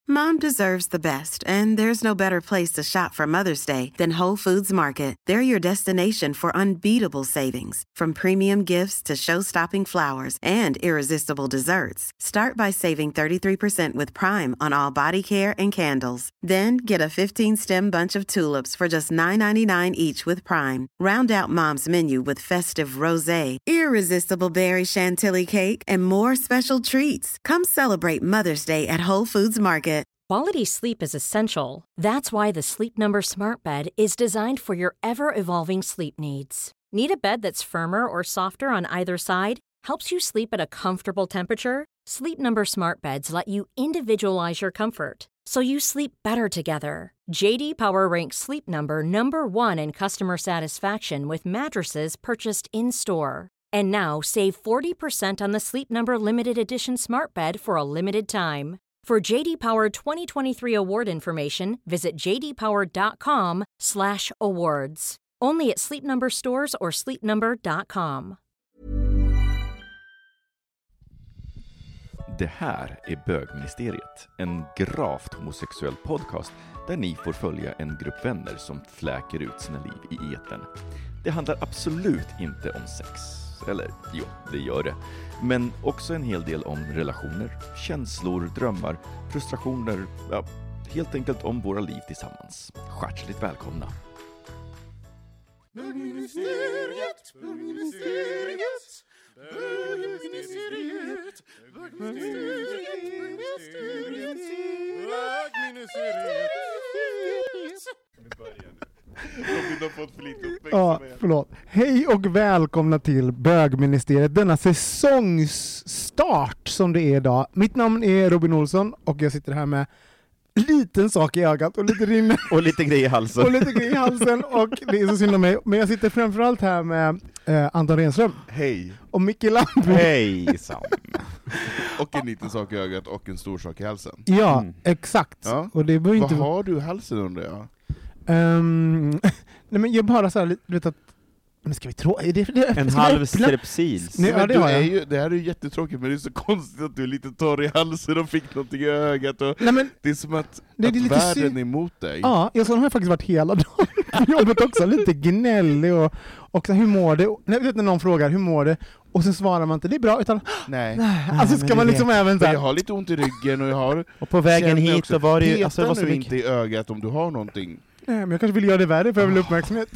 Mom deserves the best, and there's no better place to shop for Mother's Day than Whole Foods Market. They're your destination for unbeatable savings, from premium gifts to show-stopping flowers and irresistible desserts. Start by saving 33% with Prime on all body care and candles. Then get a 15-stem bunch of tulips for just $9.99 each with Prime. Round out Mom's menu with festive rosé, irresistible berry chantilly cake, and more special treats. Come celebrate Mother's Day at Whole Foods Market. Quality sleep is essential. That's why the Sleep Number Smart Bed is designed for your ever-evolving sleep needs. Need a bed that's firmer or softer on either side? Helps you sleep at a comfortable temperature? Sleep Number Smart Beds let you individualize your comfort, so you sleep better together. JD Power ranks Sleep Number number 1 in customer satisfaction with mattresses purchased in-store. And now, save 40% on the Sleep Number Limited Edition Smart Bed for a limited time. For JD Power 2023 award information, visit jdpower.com/awards. Only at Sleep Number stores or sleepnumber.com. Det här är Bögministeriet, en gravt homosexuell podcast där ni får följa en grupp vänner som fläker ut sina liv i etern. Det handlar absolut inte om sex. Eller, jo, det gör det. Men också en hel del om relationer, känslor, drömmar, frustrationer. Ja, helt enkelt om våra liv tillsammans. Hjärtligt välkomna. Bögministeriet, bögministeriet, bögministeriet, bögministeriet, bögministeriet. Nu börjar nu. Robin har fått för lite uppväxt. Ja, förlåt. Hej och välkomna till Bögministeriet, denna säsongsstart som det är idag. Mitt namn är Robin Olsson och jag sitter här med liten sak i ögat och lite rinner. Och lite grej i halsen. Och lite grej i halsen och det är så synd om mig. Men jag sitter framförallt här med Anton Renström. Hej. Och Micke Lamby. Hej, Sam. Och en liten sak i ögat och en stor sak i halsen. Ja, exakt. Ja. Och det behöver Vad inte... har du i halsen undrar jag? Nej, men jag bara så här lite att... Men ska vi tro... En halv strepsils. Nej, ja, det har jag. Det här är ju jättetråkigt, men det är så konstigt att du är lite torr i halsen och fick någonting i ögat. Och Nej, men det är som att det är lite världen är emot dig. Ja, jag har faktiskt varit hela dagen på jobbet också, lite gnällig och så, hur mår det? Jag vet när någon frågar hur mår det och sen svarar man inte det är bra utan Nej. Alltså ska man liksom även så här, jag har lite ont i ryggen och jag har och på vägen känner hit också, och var det peta alltså, det var så nu mycket. inte i ögat om du har någonting. nej, men jag kanske vill göra det värre för jag vill uppmärksamhet.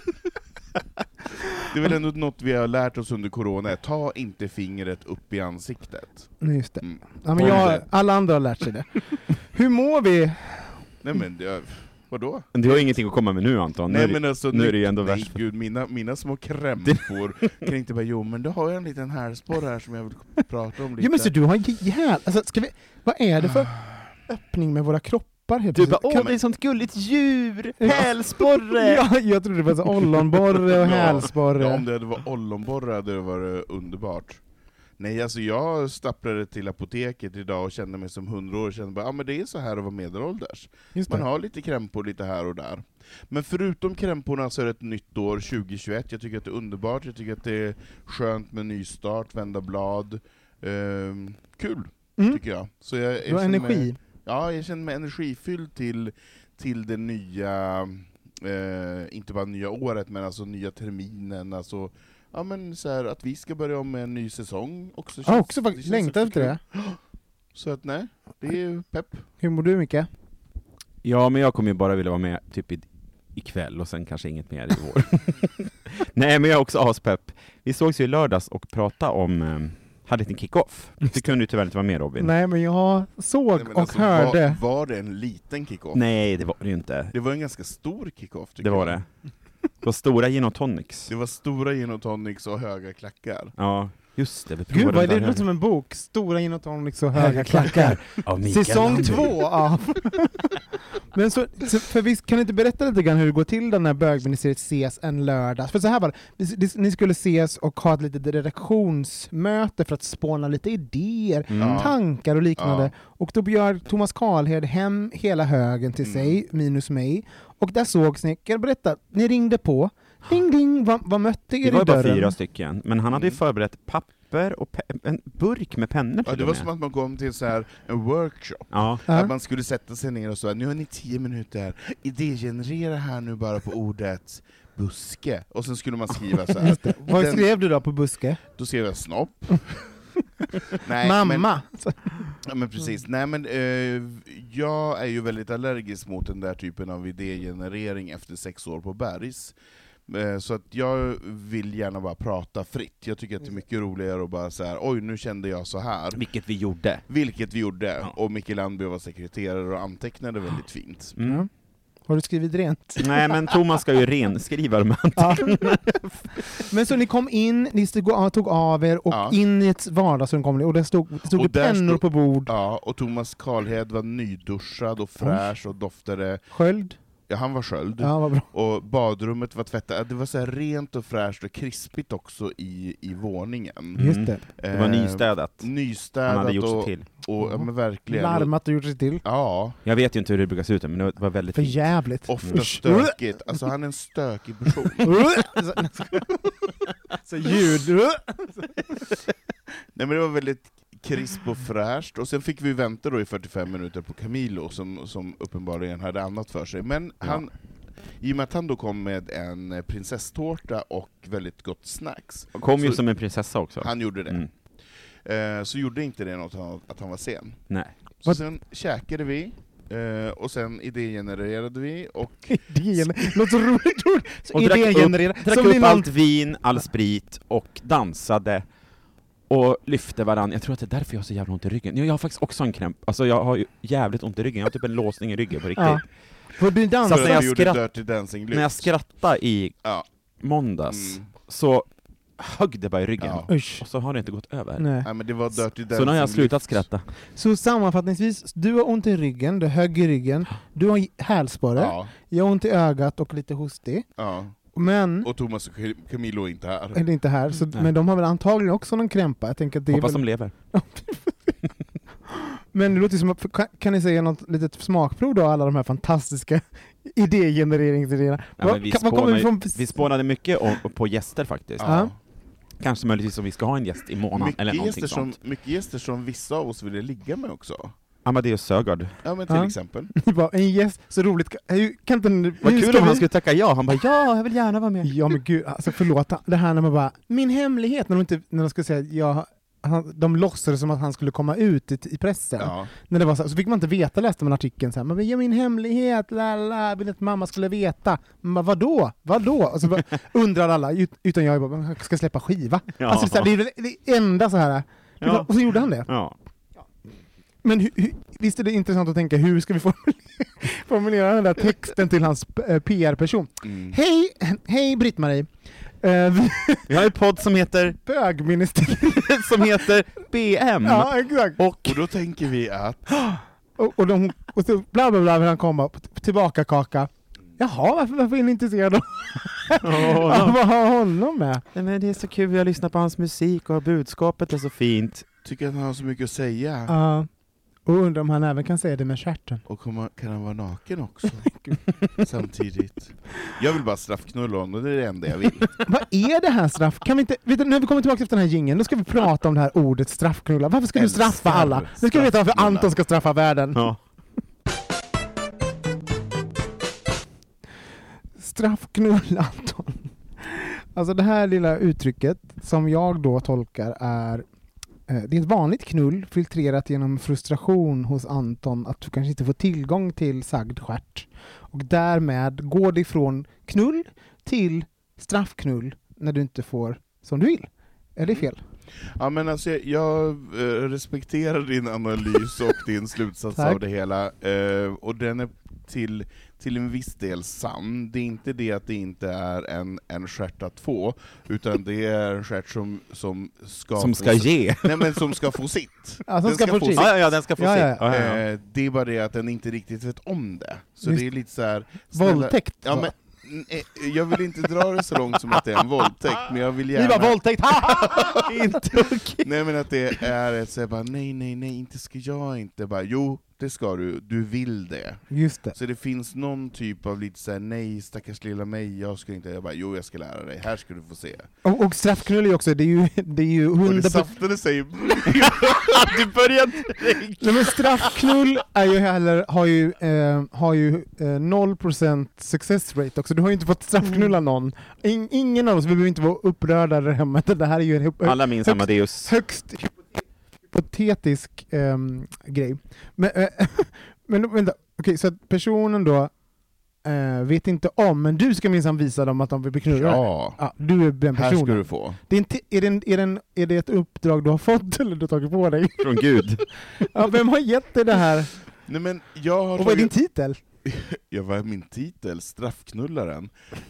Det är väl ändå något vi har lärt oss under corona. Ta inte fingret upp i ansiktet. Just det. Ja, men alla andra har lärt sig det. Hur mår vi? Nej men vadå? Du har ingenting att komma med nu, Anton. Nej, men alltså, nu är det ju ändå nej, värst. Gud, mina små krämpor kan inte bara, jo men då har jag en liten hälsporre här som jag vill prata om lite. Jo men så du har alltså, vad är det för öppning med våra kroppar? Du bara, det är sånt gulligt djur! Hälsporre! Ja, jag trodde det var så ollonborre och hälsporre. Ja, om det var ollonborre hade det varit underbart. Nej, alltså jag stapplade till apoteket idag och kände mig som 100 år. Kände bara, men det är så här att vara medelålders. Man har lite krämpor lite här och där. Men förutom krämporna så är det ett nytt år, 2021. Jag tycker att det är underbart. Jag tycker att det är skönt med nystart, vända blad. Kul, tycker jag. Så jag har energi. Jag känner mig energifylld till det nya, inte bara nya året, men alltså nya terminen. Alltså, ja, men så här, att vi ska börja om med en ny säsong också. Ja, också faktiskt längtar efter det. Så att nej, det är ju pepp. Hur mår du, Micke? Ja, men jag kommer ju bara vilja vara med typ ikväll och sen kanske inget mer i år. Nej, men jag är också aspepp. Vi sågs ju i lördags och pratade om... hade en kick-off. Du kunde ju tyvärr inte vara med, Robin. Nej, men jag såg men och alltså, hörde. Var det en liten kick-off? Nej, det var det ju inte. Det var en ganska stor kick-off, tycker det var jag. det. Det var stora gin och tonics. Det var stora gin och tonics och höga klackar. Ja, just det. Gud, vad är det? Det låter som en bok. Stora gin och tonics och höga klackar. Säsong 2 av. Men så, för vi kan inte berätta lite grann hur det går till den här bögministeriet ses en lördag. För så här var det. Ni skulle ses och ha ett litet redaktionsmöte för att spåna lite idéer, tankar och liknande. Ja. Och då bjöd Thomas Karlhed hem hela högen till sig, minus mig. Och där sågs ni, kan jag berätta, ni ringde på. Ding ding, vad mötte er i dörren? Det var bara 4 stycken, men han hade ju förberett papper och en burk med pennor. Ja, det var som att man kom till så här en workshop. Ja. Att man skulle sätta sig ner och så här, nu har ni 10 minuter, idégenerera här nu bara på ordet buske. Och sen skulle man skriva så här. Vad skrev du då på buske? Då skrev jag snopp. Nej, mamma! Men precis. Nej, men jag är ju väldigt allergisk mot den där typen av idégenerering efter 6 år på Bergs. Så att jag vill gärna bara prata fritt. Jag tycker att det är mycket roligare att bara så här, oj, nu kände jag så här. Vilket vi gjorde. Ja. Och Micke Landby var sekreterare och antecknade väldigt fint. Mm. Har du skrivit rent? Nej, men Thomas ska ju renskriva de anteckningarna. Men så ni kom in, ni tog av er och in i ett vardagsrum kom ni, och det stod pennor på bord. Ja, och Thomas Karlhed var nyduschad och fräsch och doftade... Sköld? Ja, han var sköld. Ja, vad bra. Och badrummet var tvättat. Det var så här rent och fräscht och krispigt också i våningen. Just det. Det var nystädat. Nystädat. Han hade gjort sig till. Och, ja, men verkligen. Larmat och gjort sig till. Ja. Jag vet ju inte hur det brukar se ut, men det var väldigt för fint. jävligt. Ofta stökigt. Alltså han är en stökig person. Så ljud. Nej, men det var väldigt krisp och fräscht, och sen fick vi vänta då i 45 minuter på Camilo som uppenbarligen hade annat för sig, men han, i och med att han då kom med en prinsesstårta och väldigt gott snacks. Han kom ju som en prinsessa också. Han gjorde det. Så gjorde inte det något att han var sen. Nej. Så sen käkade vi, och sen idégenererade vi, och... Något roligt ord! Och drack upp allt vin, all sprit, och dansade. Och lyfte varann. Jag tror att det är därför jag har så jävla ont i ryggen. Jag har faktiskt också en krämp. Alltså jag har ju jävligt ont i ryggen. Jag har typ en låsning i ryggen på riktigt. Ja. För du dansade. Så när jag skrattade i måndags så högg det bara i ryggen. Ja. Och så har det inte gått över. Nej, men det var Dirty Dancing. Så nu har jag slutat skratta. Så sammanfattningsvis, du har ont i ryggen, du högg i ryggen, du har hälsporre, jag har ont i ögat och lite hostig. Ja. Men, och Thomas och Camilo är inte här. Är inte här, så, men de har väl antagligen också någon krämpa. Jag tänker att det hoppas är väl... de lever. Men det låter som att, kan ni säga något litet smakprov då, alla de här fantastiska idégenereringsidéerna? Vi spånade mycket på gäster faktiskt. Ja. Kanske möjligtvis om vi ska ha en gäst i månaden eller någonting sånt. Mycket gäster som vissa av oss ville ligga med också. Amadeus Sögaard. Ja, men till exempel. En gäst, så roligt. Vad kul om han skulle tacka ja. Han bara, ja, jag vill gärna vara med. Ja, men gud, alltså förlåt. Det här när man bara, min hemlighet, när de skulle säga de låtsades som att han skulle komma ut i pressen. Ja. När det var så fick man inte veta, läste man artikeln så här, man bara, min hemlighet, lala, vill att mamma skulle veta. Man bara, vadå? Och så undrar alla, utan jag bara, jag ska släppa skiva. Ja. Alltså så här, det är det enda så här. Ja. Och så gjorde han det. Ja. Men visst är det intressant att tänka, hur ska vi formulera den där texten till hans PR-person? Hej Britt-Marie. Vi har en podd som heter Bögministeriet som heter BM. Ja, exakt. Och då tänker vi att och så bla bla bla vill han komma tillbaka kaka. Jaha, varför är ni intresserade av vad har honom med? Nej, men det är så kul, vi har lyssnat på hans musik och budskapet är så fint. Tycker att han har så mycket att säga. Ja. Och undrar om han även kan säga det med stjärten. Och kan han vara naken också? Samtidigt. Jag vill bara straffknulla honom, det är det enda jag vill. Vad är det här straff? Kan vi inte, när vi kommer tillbaka efter den här jingeln, då ska vi prata om det här ordet straffknulla. Varför ska du straffa alla? Nu ska vi veta varför Anton ska straffa världen. Ja. Straffknulla, Anton. Alltså det här lilla uttrycket som jag då tolkar är det är ett vanligt knull filtrerat genom frustration hos Anton att du kanske inte får tillgång till sagd stjärt. Och därmed går det från knull till straffknull när du inte får som du vill. Är det fel? Ja, men alltså jag respekterar din analys och din slutsats av det hela. Och den är till en viss del sann. Det är inte det att det inte är en stjärt att få, utan det är en stjärt som ska ge. Nej, men som ska få sitt. Ja, den ska få sitt. Ja, den ska få sitt. Ja. Det är bara det att den inte riktigt vet om det. Så det är lite så här våldtäkt. Ja, men jag vill inte dra det så långt som att det är en våldtäkt, men jag vill gärna... Det var våldtäkt! Inte okej. Nej, men att det är ett så här bara, nej, inte ska jag inte. Bara, jo, det ska du vill det. Just det. Så det finns någon typ av lite såhär, nej stackars lilla mig, jag bara, jo jag ska lära dig, här ska du få se. Och straffknull är också, det är ju 100%... Och det saftade sig. Du började... Nej, men straffknull är ju har ju 0% success rate också. Du har ju inte fått straffknulla någon. Ingen av oss, vi behöver inte vara upprörda där hemma. Det här är ju en Alla minns Amadeus. högst hypotetisk grej. Men vänta, okej, så att personen då vet inte om, men du ska minsann visa dem att de vill bli knullade. Ja. Du är den personen. Här ska du få. Det är, inte, är det ett uppdrag du har fått eller du har tagit på dig? Från Gud. Ja, vem har gett dig det här? Nej, men jag har och vad är din titel? Ja, vad är min titel? Straffknullaren.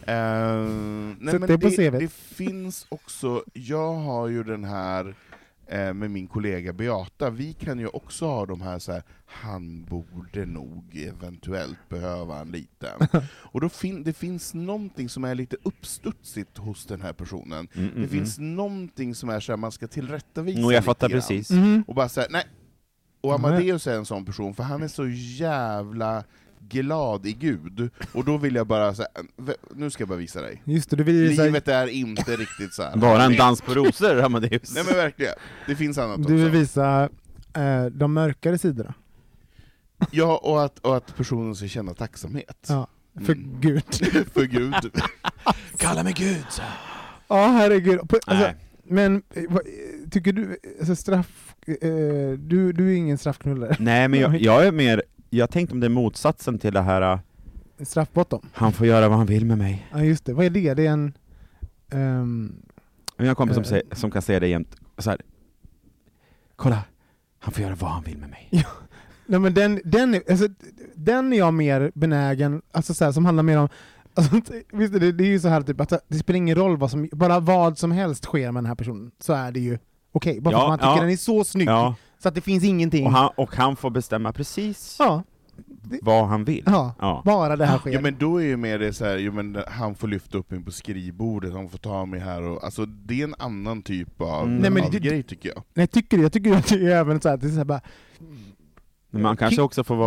Nej, men det på CV. Det finns också, jag har ju den här med min kollega Beata, vi kan ju också ha de här så här, han borde nog eventuellt behöva en liten. Och då det finns någonting som är lite uppstudsigt hos den här personen. Det finns någonting som är så här, man ska tillrättavisa. Jag fattar precis. Och bara säga nej. Och Amadeus är en sån person, för han är så jävla glad i Gud, och då vill jag bara säga, nu ska jag bara visa dig. Just det, du vill livet är inte riktigt så här. Bara en dans på rosor, Amadeus. Nej men verkligen, det finns annat också. Du vill visa de mörkare sidorna. Ja, och att personen ska känna tacksamhet. Ja, för Gud. För Gud. Kalla mig Gud. Ja, herregud. Alltså, men tycker du alltså, du är ingen straffknullare? Nej, men jag är mer, jag tänkte om det är motsatsen till det här straffbottom. Han får göra vad han vill med mig. Ja, just det. Vad är det? Det är en jag har en kompis som kan säga det jämt så här. Kolla, han får göra vad han vill med mig. Ja. Nej, men den är jag mer benägen, alltså så här, som handlar mer om alltså, visst, det är ju så här typ att det spelar ingen roll vad som helst sker med den här personen, så är det ju okej. Bara för att man tycker den är så snygg så att det finns ingenting. Och han får bestämma precis det, vad han vill. Ja, bara det här sker. Ja, men då är ju mer det så här, men han får lyfta upp mig på skrivbordet, han får ta mig här och alltså det är en annan typ av, grej tycker jag. Nej, jag tycker att det är även så här, det är så här bara. Men man kanske också får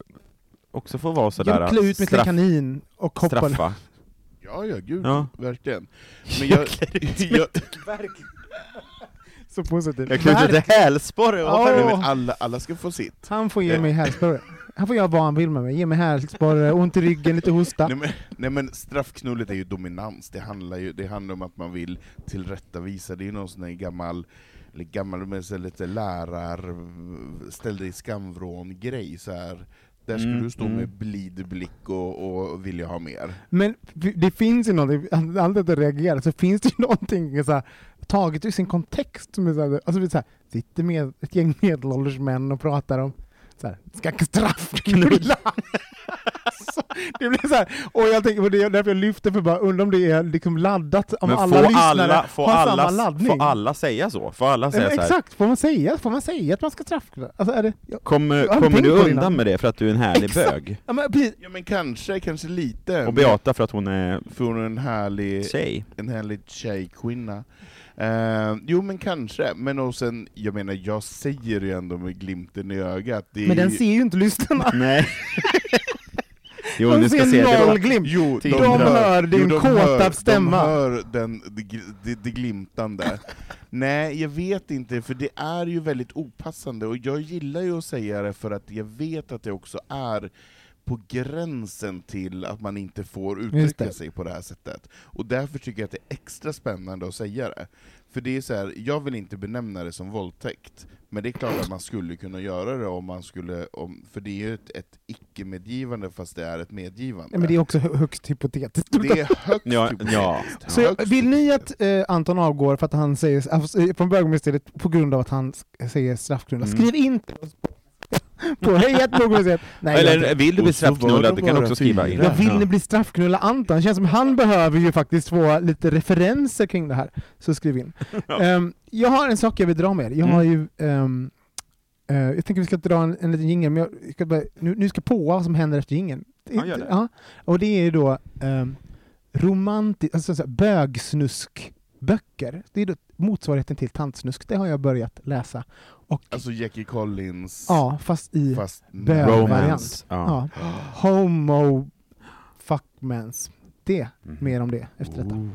vara så där. Klä ut med en kanin och hoppa. Straffa. Ja, gud, verkligen. Men jag så positivt. Jag klär ut ett hälsporre. Alla ska få sitt. Han får ge mig hälsporre. Han får göra vad han vill med mig. Ge mig hälsporre, ont i ryggen, lite hosta. Nej men straffknullet är ju dominans. Det handlar om att man vill tillrättavisa. Det är någon sån här gammal med så lite ställ dig i skamvrån grej så här. Där skulle du stå med blid blick och vilja ha mer. Men det finns ju någonting, anledningen att reagera, så finns det ju någonting så här, taget ur sin kontext som är så här, alltså så här, sitter med ett gäng medelålders män och pratar om så här, ska straffknulla. Det blir så här, och jag tänker på det därför jag lyfter, för bara undrar om det är liksom laddat, om men alla lyssnare har samma laddning. Får alla säga så? Får alla säga så här? Exakt, får man säga att man ska straffknulla? Alltså är det kommer du undan med det för att du är en härlig bög? Ja men kanske lite. Och Beata för att hon är en härlig tjej. En härlig tjejkvinna. Jo men kanske, men och sen, jag menar, jag säger ju ändå med glimten i ögat. Men den ser ju inte lyssnarna. Nej. Jo, de ser nollglimt. De hör din kåta stämma. De hör det glimtande. Nej, jag vet inte, för det är ju väldigt opassande, och jag gillar ju att säga det för att jag vet att det också är på gränsen till att man inte får uttrycka sig på det här sättet. Och därför tycker jag att det är extra spännande att säga det. För det är så här, jag vill inte benämna det som våldtäkt, men det är klart att man skulle kunna göra det om man skulle, för det är ju ett icke-medgivande fast det är ett medgivande. Ja, men det är också högst hypotetiskt. Det är högst hypotetiskt. Ja. Så vill ni att Anton avgår för att han säger från bögministeriet på grund av att han säger straffknulla? Skriv inte på hejet. Eller vill du bli straffknullad, det kan du också skriva in. Jag vill ni bli straffknullad Anton. Det känns som han behöver ju faktiskt få lite referenser kring det här. Så skriv in. Jag har en sak jag vill dra med. Jag har ju jag tänker vi ska dra en liten jingle, men jag ska bara, nu ska på vad som händer efter jingeln. Ja, och det är ju då romantiskt, alltså bögsnusk böcker. Det är då motsvarigheten till Tantsnusk. Det har jag börjat läsa. Och, alltså Jackie Collins. Ja, fast bögvariant. Ja. Homo fuckmans. Det, mer om det efter detta.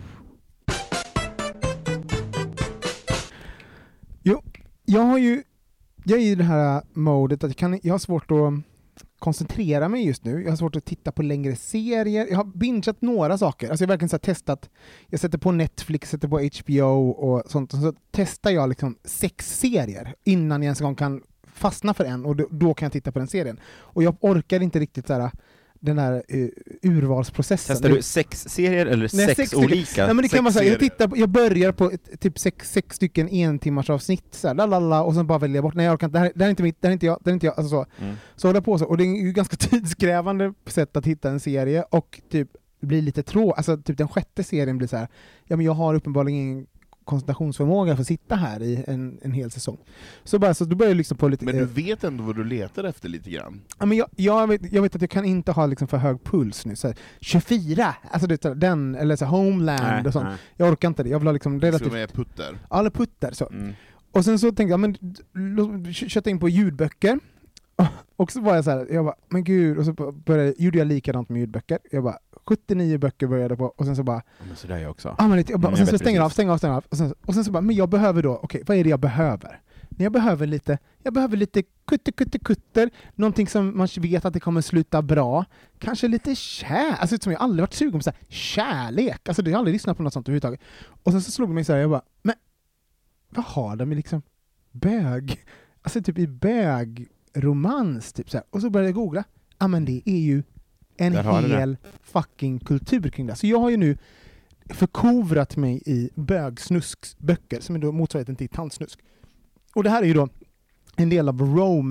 Jo, jag är i det här modet att jag har svårt att koncentrera mig just nu. Jag har svårt att titta på längre serier. Jag har bingeat några saker. Alltså jag har verkligen så här testat. Jag sätter på Netflix, sätter på HBO och sånt. Och så testar jag liksom 6 serier innan jag ens en gång kan fastna för en. Och då kan jag titta på den serien. Och jag orkar inte riktigt så här den där urvalsprocessen. Testar du 6 serier eller 6 olika? Nej, men det kan vara så här, jag börjar på typ 6 stycken 1 timmars avsnitt så här, och sen bara väljer jag bort. Nej, jag orkar inte. Det här är inte mitt, det här är inte jag, alltså så. Så håller jag på så, och det är ju ganska tidskrävande sätt att hitta en serie och typ blir lite alltså typ den 6:e serien blir så här, ja men jag har uppenbarligen ingen koncentrationsförmåga för att sitta här i en hel säsong. Så då börjar jag liksom på lite... Men du vet ändå vad du letar efter lite grann? Ja, men jag vet att jag kan inte ha liksom för hög puls nu. Så här, 24! Alltså den, eller så här, Homeland och sånt. Nej. Jag orkar inte det. Jag vill ha liksom relativt... Som är putter? Alla putter, så. Och sen så tänkte jag, men kötta in på ljudböcker. Och så var jag så här, jag bara, men gud, och så gjorde jag likadant med ljudböcker. Jag bara, 79 böcker började på, och sen så bara... Men så där jag också. Ja, men och sen så stänger av. Och sen så bara, men jag behöver då, okej, vad är det jag behöver? Jag behöver lite kutter, någonting som man vet att det kommer sluta bra. Kanske lite alltså som jag aldrig varit sugen på, så här, kärlek. Alltså jag har aldrig lyssnat på något sånt överhuvudtaget. Och sen så slog det mig så här, jag bara, men vad har de med liksom bög? Alltså typ i bögromans typ så här. Och så började jag googla. Ja, men det är ju en hel fucking kultur kring det. Så jag har ju nu förkovrat mig i bögsnusksböcker som är då motsvarigheten till tantsnusk. Och det här är ju då en del av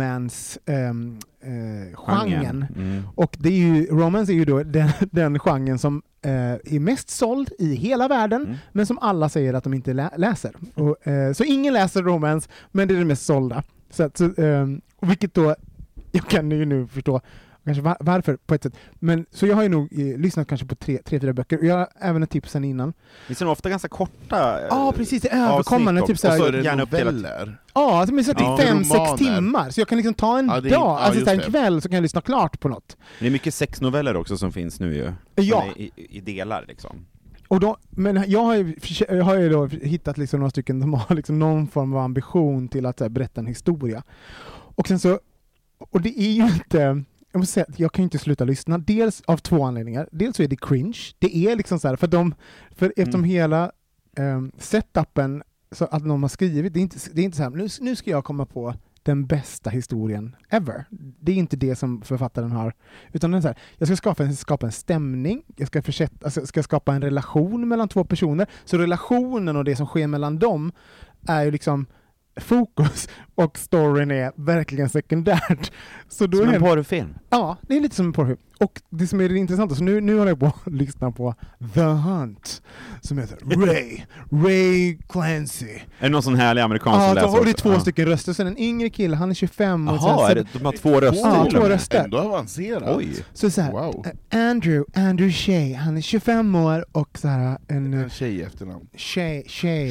romance-genren. Och det är ju, romance är ju då den genren som är mest såld i hela världen, men som alla säger att de inte läser. Och, så ingen läser romance, men det är det mest sålda. Vilket då, jag kan ju nu förstå kanske varför på ett sätt. Men så jag har ju nog lyssnat kanske på 3-4 böcker, och jag har även ett tips sen innan. Det är ofta ganska korta. Ja, precis, det är överkommande typ så här. Och så är det noveller. Ja, alltså men så det är 5-6 timmar, så jag kan liksom ta en dag, alltså en kväll, så kan jag lyssna klart på något. Det är mycket sexnoveller också som finns nu ju. Ja. I delar liksom. Och då, men jag har ju då hittat liksom några stycken som har liksom någon form av ambition till att så här, berätta en historia. Och sen så, och det är ju inte, jag måste säga att jag kan inte sluta lyssna, dels av 2 anledningar. Dels så är det cringe. Det är liksom så här, eftersom hela setupen så att någon har skrivit, det är inte så här, nu ska jag komma på den bästa historien ever. Det är inte det som författaren har, utan den är så här, jag ska skapa en stämning, jag ska skapa en relation mellan 2 personer, så relationen och det som sker mellan dem är ju liksom fokus, och storyn är verkligen sekundärt. Så då som en porrfilm? Ja, det är lite som en porrfilm. Och det som är det intressanta, så nu håller jag på att lyssna på The Hunt, som heter Ray Clancy. Är det någon sån härlig amerikansk som läser? Ja, och det är 2 stycken röster. Sen en yngre kille, han är 25. Jaha, de har 2 röster? Ja, 2 röster. Ändå avancerat. Oj. Så här, wow. Andrew Shea, han är 25 år, och så här en tjej efternamn. Shea.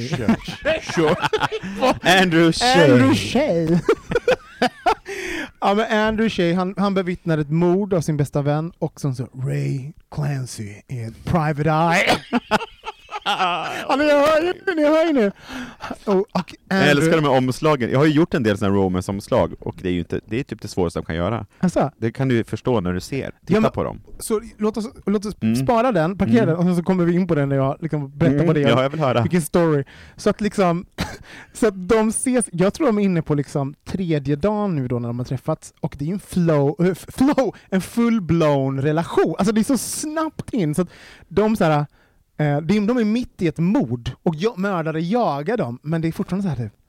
Andrew Shea. Ja, men Andrew Shea, han bevittnar ett mord av sin bästa vän, och så Ray Clancy är Private Eye. Ja, ni hör ju nu. Jag älskar de här omslagen. Jag har ju gjort en del sådana romance-omslag, och det är typ det svåraste de kan göra. Alltså? Det kan du förstå när du titta på dem. Så låt oss spara den, parkera den, och sen så kommer vi in på den när jag liksom berättar på det. Ja, jag vill höra. Vilken story. Så att liksom så att de ses, jag tror de är inne på liksom 3:e dagen nu då när de har träffats, och det är ju en full-blown relation. Alltså det är så snabbt in, så att de så här, de är mitt i ett mord, och mördare jagar dem, men det är fortfarande så här typ,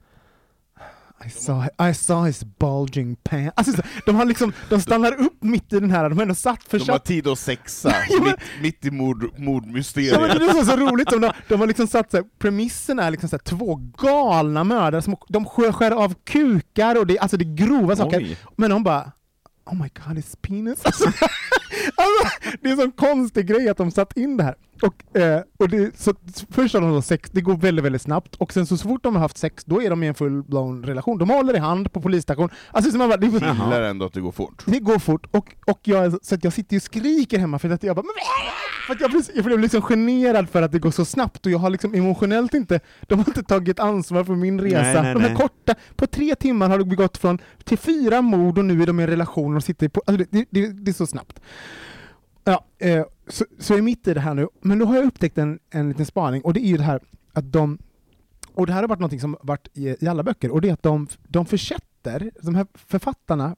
I saw his bulging pants. Alltså, de stannar upp mitt i den här, de har ändå de har tid att sexa mitt i mordmysteriet. Ja, men det är så roligt, de har liksom satt så här, premissen är liksom så här, 2 galna mördare som de skär av kukar, och det är grova saker. Men de bara, oh my god, his penis. Alltså, Det är en sån konstig grej att de satt in det här. Och det, så, först har de då sex, det går väldigt, väldigt snabbt. Och sen så fort de har haft sex, då är de i en full-blown relation. De håller i hand på polisstation. Alltså, så man bara, det gillar ändå att det går fort. Det går fort. Och så att jag sitter och skriker hemma för att jag bara... För att jag blev liksom generad för att det går så snabbt. Och jag har liksom emotionellt inte... De har inte tagit ansvar för min resa. Nej. De är korta. På 3 timmar har de gått till 4 mord och nu är de i en relation och sitter på... Alltså det är så snabbt. Ja, så är mitt i det här nu. Men då har jag upptäckt en liten spaning. Och det är ju det här att och det här har varit något som varit i alla böcker. Och det är att de försätter, de här författarna...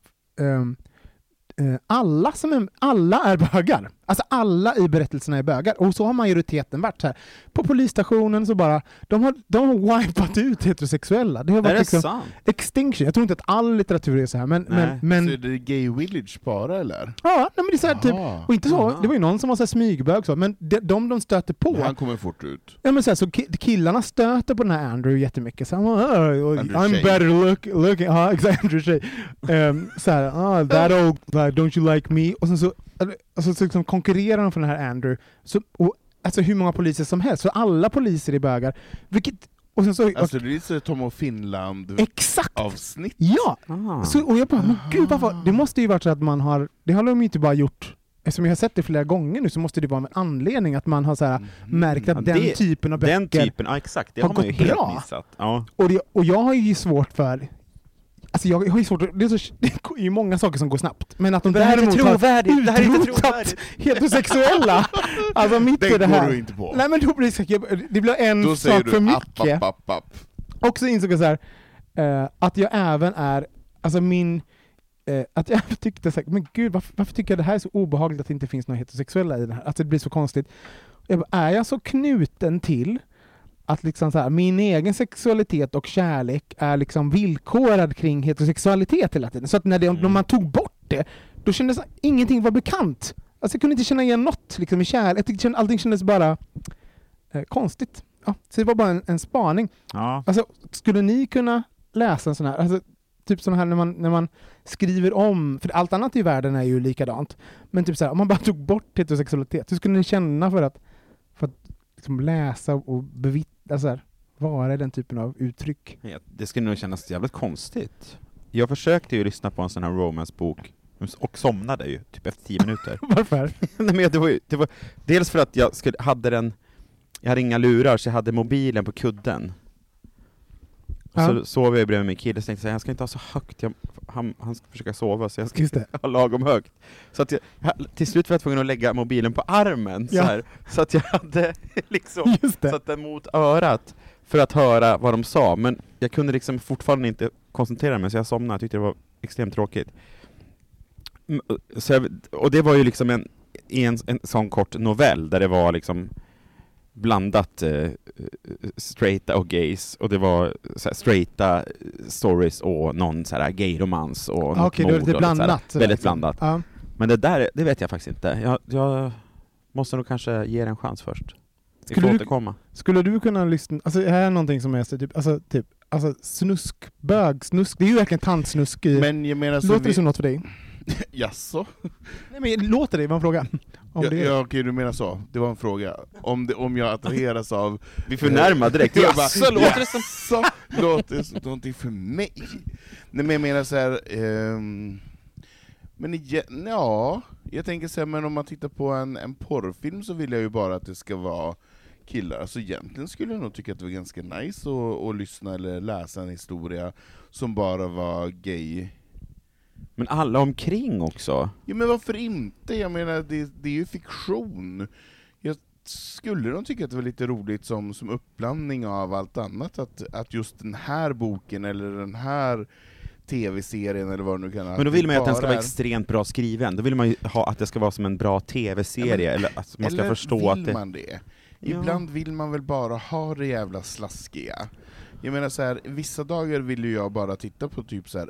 alla är bögar. Alltså alla i berättelserna är bögar. Och så har majoriteten varit så här. På polisstationen så bara de har wipat ut heterosexuella. Det har varit liksom extinction. Jag tror inte att all litteratur är så här, men så är det Gay Village bara eller? Ja, nej, men det är så här typ, och inte så. Det var ju någon som var så här smygbög så, men de stöter på. Han kommer fort ut. Ja, men så killarna stöter på den här Andrew jättemycket. Så I'm better looking. Ja, exakt, Andrew Shea. Så här, that old, don't you like me? Och sen så liksom konkurrerar de för den här Andrew. Och alltså hur många poliser som helst. Så alla poliser är bögar. Och sen så, alltså det är lite Tom och Finland avsnitt. Ja! Så, och jag bara, men gud, varför? Det måste ju varit så att man har... Det har de ju inte bara gjort... Eftersom jag har sett det flera gånger nu så måste det vara en anledning att man har så här märkt att den typen av böcker... Den typen, ja exakt. Det har man ju helt missat. Ja. Och jag har ju svårt för... Alltså jag har ju svårt, det är ju många saker som går snabbt. Men att de däremot har utrotat heterosexuella. Alltså mitt i det här. Du inte på. Nej, men då blir det blir en då sak för mycket. App. Och så insåg jag så här, att jag även är, alltså att jag tyckte så här, men gud, varför tycker jag det här är så obehagligt att det inte finns några heterosexuella i det här? Att det blir så konstigt. Är jag så knuten till att liksom så här, min egen sexualitet och kärlek är liksom villkorad kring heterosexualitet hela tiden. Så att när man tog bort det, då kändes ingenting var bekant. Alltså jag kunde inte känna igen något liksom, i kärlek. Allting kändes bara konstigt. Ja, så det var bara en spaning. Ja. Alltså, skulle ni kunna läsa en sån här, alltså, typ sån här när man skriver om, för allt annat i världen är ju likadant, men typ så här, om man bara tog bort heterosexualitet, hur skulle ni känna för att liksom läsa och bevittna så här, vara den typen av uttryck? Ja, det skulle nog kännas jävligt konstigt. Jag försökte ju lyssna på en sån här romance-bok och somnade ju typ efter 10 minuter. Varför? Nej, men det var dels för att jag hade inga lurar så jag hade mobilen på kudden. Och så sov jag bredvid min kille och tänkte jag ska inte ha så högt. Han ska försöka sova så jag ska ha lagom högt. Så att jag till slut var jag tvungen att lägga mobilen på armen så här, så att jag hade liksom satt den mot örat för att höra vad de sa. Men jag kunde liksom fortfarande inte koncentrera mig så jag somnade. Jag tyckte det var extremt tråkigt. Och det var ju liksom en sån kort novell där det var liksom blandat straighta och gays, och det var så här, straighta stories och någon så här gay-romans och något mord. Det är blandat. Väldigt blandat. Ja. Men det vet jag faktiskt inte. Jag måste nog kanske ge det en chans först. Skulle du kunna lyssna, alltså här är någonting som är typ snusk, det är ju verkligen tantsnusk. Men jag menar, låter det som något för dig? Jaså? Nej, men låter det, var en fråga. Okej, du menar så. Det var en fråga. Om jag attraheras av... Vi förnärmar direkt. Jaså, låter det som... låter det som någonting för mig? Nej, men jag menar så här... jag tänker så här, men om man tittar på en porrfilm så vill jag ju bara att det ska vara killar. Alltså egentligen skulle jag nog tycka att det var ganska nice att lyssna eller läsa en historia som bara var gay. Men alla omkring också? Ja, men varför inte? Jag menar, det är ju fiktion. Jag skulle nog tycka att det var lite roligt som uppblandning av allt annat. Att just den här boken eller den här tv-serien eller vad det nu kan vara. Men då vill man ju att den ska vara extremt bra skriven. Då vill man ju ha att det ska vara som en bra tv-serie. Eller att man ska förstå att man det? Ibland vill man väl bara ha det jävla slaskiga. Jag menar så här, vissa dagar vill ju jag bara titta på typ så här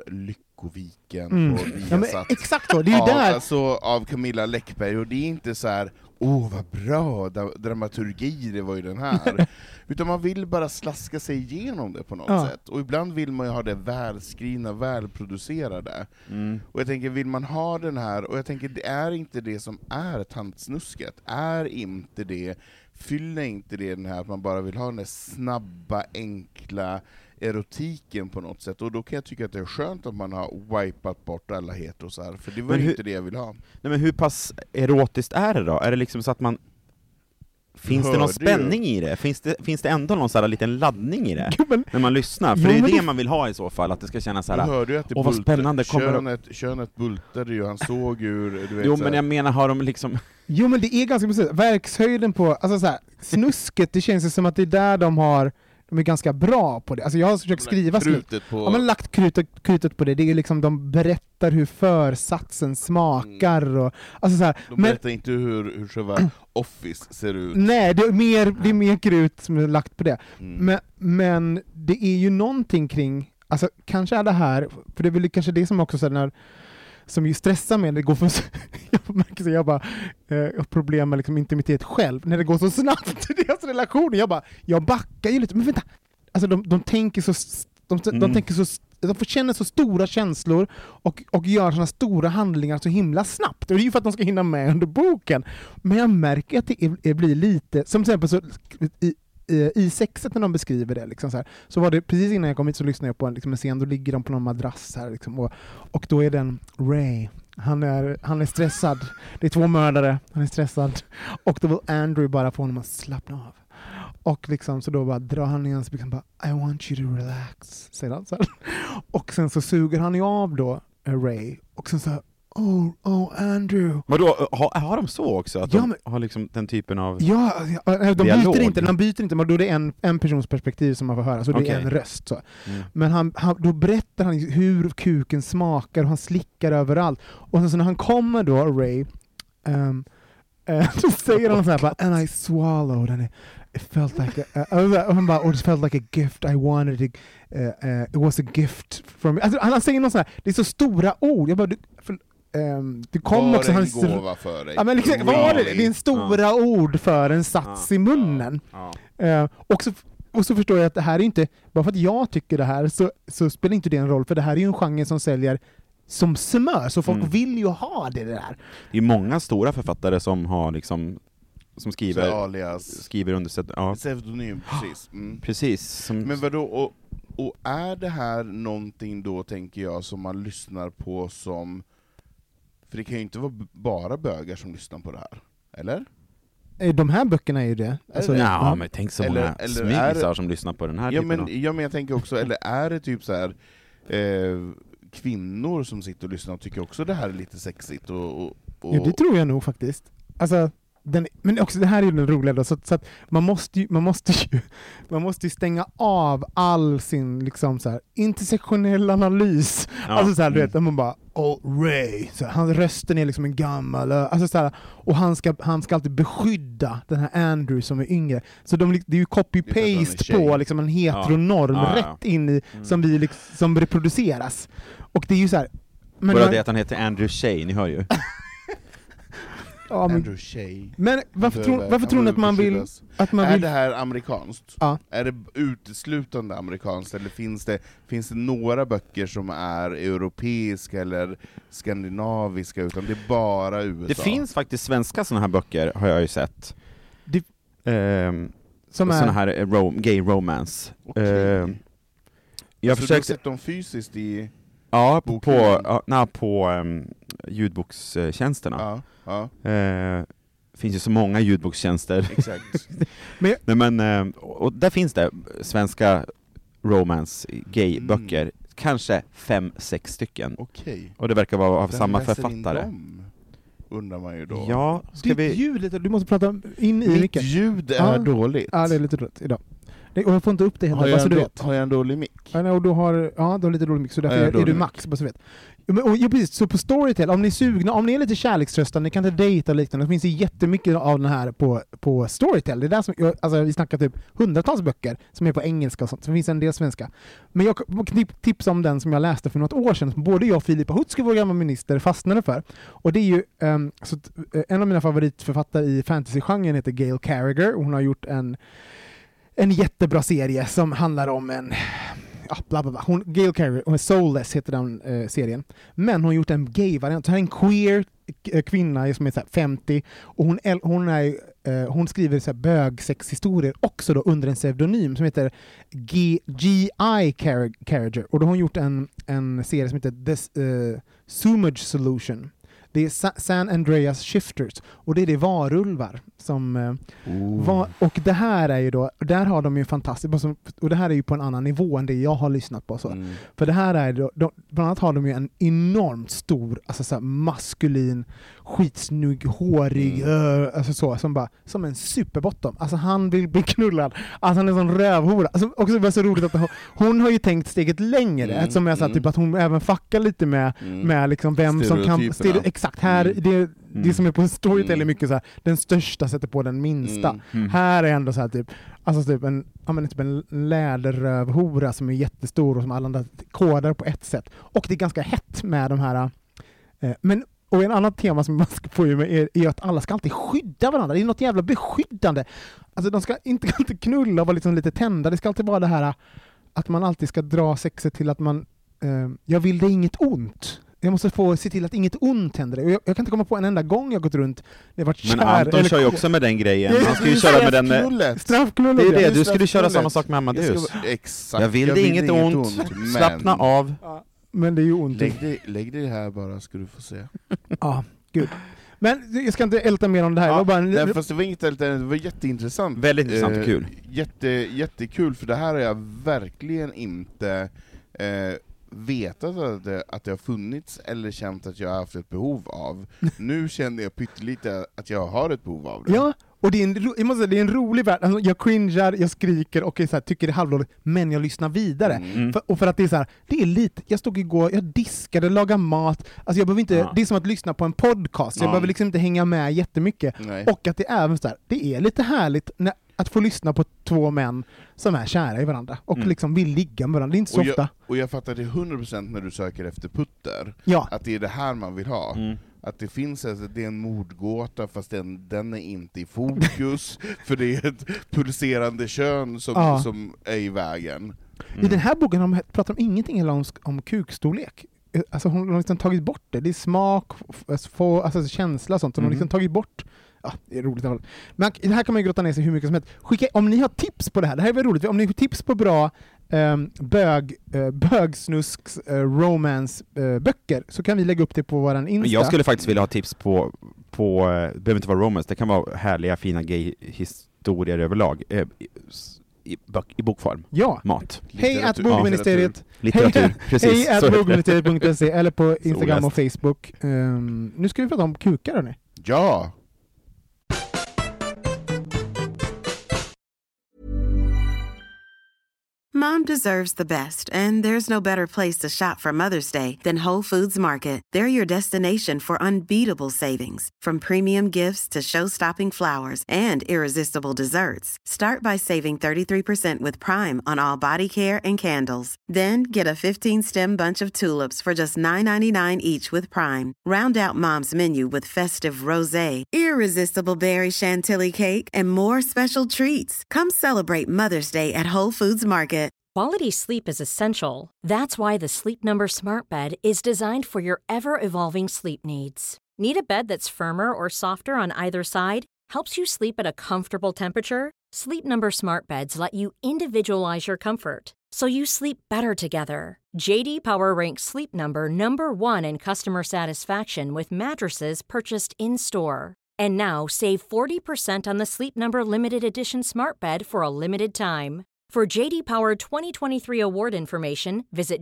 Lyckoviken på Viasat. Exakt så, det är ju där. Alltså av Camilla Läckberg, och det är inte så här vad bra, dramaturgi, det var ju den här. Utan man vill bara slaska sig igenom det på något sätt. Och ibland vill man ju ha det välskrivna, välproducerade. Och jag tänker, vill man ha den här, och jag tänker, det är inte det som är tantsnusket. Är inte det, fyller inte det den här att man bara vill ha den där snabba, enkla erotiken på något sätt, och då kan jag tycka att det är skönt att man har wipat bort alla heterosar, för det var inte det jag vill ha. Nej, men hur pass erotiskt är det då? Är det liksom så att man... Finns det någon spänning i det? Finns det ändå någon sån här liten laddning i det? När man lyssnar? För det är det man vill ha i så fall, att det ska kännas så här. Åh, vad spännande. Könet bultade ju, han såg ur... Du vet, jo, men jag menar, har de liksom... Jo, men det är ganska precis. Verkshöjden på... Alltså så här, snusket, det känns som att det är där de är ganska bra på det. Alltså jag har försökt skriva lagt krutet på det. Det är liksom, de berättar hur försatsen smakar och alltså så här, de berättar inte hur själva Office ser ut. Nej, det är mer krut som är lagt på det. Men det är ju någonting kring, alltså kanske är det här, för det är väl kanske det som också så här, som ju stressar med, det går för jag märker så jag bara har problem med liksom intimitet själv när det går så snabbt i deras relationer. Jag backar ju lite, men vänta, alltså de tänker så de tänker så, de får känna så stora känslor och gör såna stora handlingar så himla snabbt, och det är ju för att de ska hinna med under boken. Men jag märker att det blir lite, som till exempel så i sexet när de beskriver det liksom så var det precis innan jag kom hit, så lyssnade jag på en scen, då ligger de på någon madrass här liksom, och då är den Ray, han är stressad, det är 2 mördare, han är stressad, och då vill Andrew bara få honom att slappna av, och liksom så då bara drar han igen, så liksom bara I want you to relax, säger han så här. Och sen så suger han ju av då Ray, och sen så här, Oh Andrew. Men då har de så också att de har liksom den typen av de byter inte, men då är det en persons perspektiv som man får höra, så det är en röst så. Men då berättar han hur kuken smakar, och han slickar överallt, och sen så när han kommer då Ray då säger han så här, and I swallowed and it felt like it felt like a gift I wanted it was a gift from me. Alltså, han säger något så här, det är så stora ord. Jag bara det kom också en gåva för dig. Ja, men liksom, vad är det? Det är en stora ord för en sats i munnen. Och så förstår jag att det här är inte, bara för att jag tycker det här så spelar inte det en roll, för det här är ju en genre som säljer som smör, så folk vill ju ha det där. Det är många stora författare som har liksom, som skriver under pseudonym, precis. Precis. Men vadå, och är det här någonting då, tänker jag, som man lyssnar på som... För det kan ju inte vara bara bögar som lyssnar på det här, eller? De här böckerna är ju det. Alltså, men tänk så många smygisar som lyssnar på den här typen men jag tänker också, eller är det typ så här kvinnor som sitter och lyssnar och tycker också det här är lite sexigt? Ja, det tror jag nog faktiskt. Alltså, men också det här är ju den roliga då, så att man måste ju stänga av all sin liksom så här intersektionell analys. Alltså så här, du vet, man bara Ray, så hans rösten är liksom en gammal, alltså så här, och han ska alltid beskydda den här Andrew som är yngre. Så det är ju copy-paste på liksom en heteronorm rätt in i som vi liksom, som reproduceras. Och det är ju så här, men bara det att han heter Andrew Shea, ni hör ju. Andrew Shea. Men varför tror ni att man vill... Är det här amerikanskt? Ja. Är det uteslutande amerikanskt? Eller finns det några böcker som är europeiska eller skandinaviska, utan det är bara USA? Det finns faktiskt svenska såna här böcker, har jag ju sett. Som såna här gay romance. Okay. Jag försökte... Du har sett dem fysiskt i... Ja, på ljudbokstjänsterna. Finns ju så många ljudbokstjänster. Exakt. Och där finns det svenska romance gay-böcker. Kanske 5-6 stycken. Okay. Och det verkar vara av samma författare. Undrar man ju då. Ja, ljudet, du måste prata in i mitt ljud är dåligt. Ja, det är lite dåligt idag. Och jag får inte upp det heller, du vet. Har jag en dålig mick? Ja, och du har lite dålig mick, så därför är du max, bara så vet. Och precis, så på Storytel, om ni är sugna, om ni är lite kärlekströstande, ni kan inte dejta och liknande, det finns ju jättemycket av den här på Storytel. Det är där som, alltså vi snackar typ hundratals böcker som är på engelska och sånt, så det finns en del svenska. Men jag tipsa om den som jag läste för något år sedan, som både jag och Filippa Hutske, vår gamla minister, fastnade för. Och det är ju, en av mina favoritförfattare i fantasy-genren heter Gail Carriger, och hon har gjort en jättebra serie som handlar om en... Ja, bla bla bla. Gail Carriger, Soulless heter den serien. Men hon har gjort en gay-variant. Så här är en queer kvinna som är så här 50, och hon skriver så här bögsexhistorier också då under en pseudonym som heter G.I. Carriger. Och då har hon gjort en serie som heter The Sumage Solution. Det är San Andreas Shifters, och det är varulvar som och det här är ju då, där har de ju fantastiskt, och det här är ju på en annan nivå än det jag har lyssnat på så. För det här är då, bland annat har de ju en enormt stor, alltså så här maskulin, skitsnygg, hårig, alltså så, som en superbottom. Alltså han vill bli knullad. Alltså han är en sån rövhora. Alltså också det var så roligt att hon har ju tänkt steget längre, eftersom jag sa typ att hon även fuckar lite med liksom vem som kan exakt här det som är på Storytel är mycket så här, den största sätter på den minsta. Här är ändå så här typ, alltså typ en läderrövhora som är jättestor och som alla andra kodar på ett sätt. Och det är ganska hett med de här och en annan tema som man ska få med är att alla ska alltid skydda varandra. Det är något jävla beskyddande. Alltså de ska inte alltid knulla och vara liksom lite tända. Det ska alltid vara det här att man alltid ska dra sexet till att man jag vill det inget ont. Jag måste få se till att inget ont händer. Och jag kan inte komma på en enda gång jag gått runt. Men Anton kör ju också med den grejen. Han ska ju köra med den straffknullet. Det är det, du skulle köra samma sak med Amadeus. Exakt. Jag vill det inget ont. Slappna av. Ja, men det är ju ont. Lägg det här bara, ska du få se. Ja, gud. Men jag ska inte älta mer om det här. Ja, fast det var inget älta, det var jätteintressant. Väldigt intressant och kul. Jättekul, för det här har jag verkligen inte vetat att det har funnits eller känt att jag har haft ett behov av. Nu känner jag pyttelite att jag har ett behov av det. Ja, och det är en rolig värld. Alltså, jag cringear, jag skriker och så här, tycker det är halvdåligt, men jag lyssnar vidare. För att det är så här, det är lite, jag stod igår, jag diskade, lagade mat. Alltså jag behöver inte, det är som att lyssna på en podcast. Jag behöver liksom inte hänga med jättemycket. Nej. Och att det är även så här, det är lite härligt att få lyssna på två män som är kära i varandra och liksom vill ligga med varandra. Det är inte så ofta. Och jag fattar det 100% när du söker efter putter. Ja. Att det är det här man vill ha. Att det finns det är en mordgåta, fast den är inte i fokus, för det är ett pulserande kön som är i vägen. I den här boken pratar de ingenting om kukstorlek. Alltså hon har liksom tagit bort det. Det är smak, alltså känsla och sånt. Hon har liksom tagit bort. Ja, det är roligt. Men det här kan man ju grotta ner sig hur mycket som helst. Om ni har tips på det här är väl roligt. Om ni har tips på bra bögsnusks romance-böcker så kan vi lägga upp det på våran Insta. Jag skulle faktiskt vilja ha tips på det behöver inte vara romance, det kan vara härliga, fina gay-historier överlag i bokform. Ja. Mat. Hej at bogministeriet. Litteratur. Precis. Hej at bogministeriet.se eller på Instagram och Facebook. Nu ska vi prata om kukar, hörni. Ja! Mom deserves the best, and there's no better place to shop for Mother's Day than Whole Foods Market. They're your destination for unbeatable savings, from premium gifts to show-stopping flowers and irresistible desserts. Start by saving 33% with Prime on all body care and candles. Then get a 15-stem bunch of tulips for just $9.99 each with Prime. Round out Mom's menu with festive rosé, irresistible berry chantilly cake, and more special treats. Come celebrate Mother's Day at Whole Foods Market. Quality sleep is essential. That's why the Sleep Number Smart Bed is designed for your ever-evolving sleep needs. Need a bed that's firmer or softer on either side? Helps you sleep at a comfortable temperature? Sleep Number Smart Beds let you individualize your comfort, so you sleep better together. JD Power ranks Sleep Number #1 in customer satisfaction with mattresses purchased in-store. And now save 40% on the Sleep Number Limited Edition Smart Bed for a limited time. For JD Power 2023 award information, visit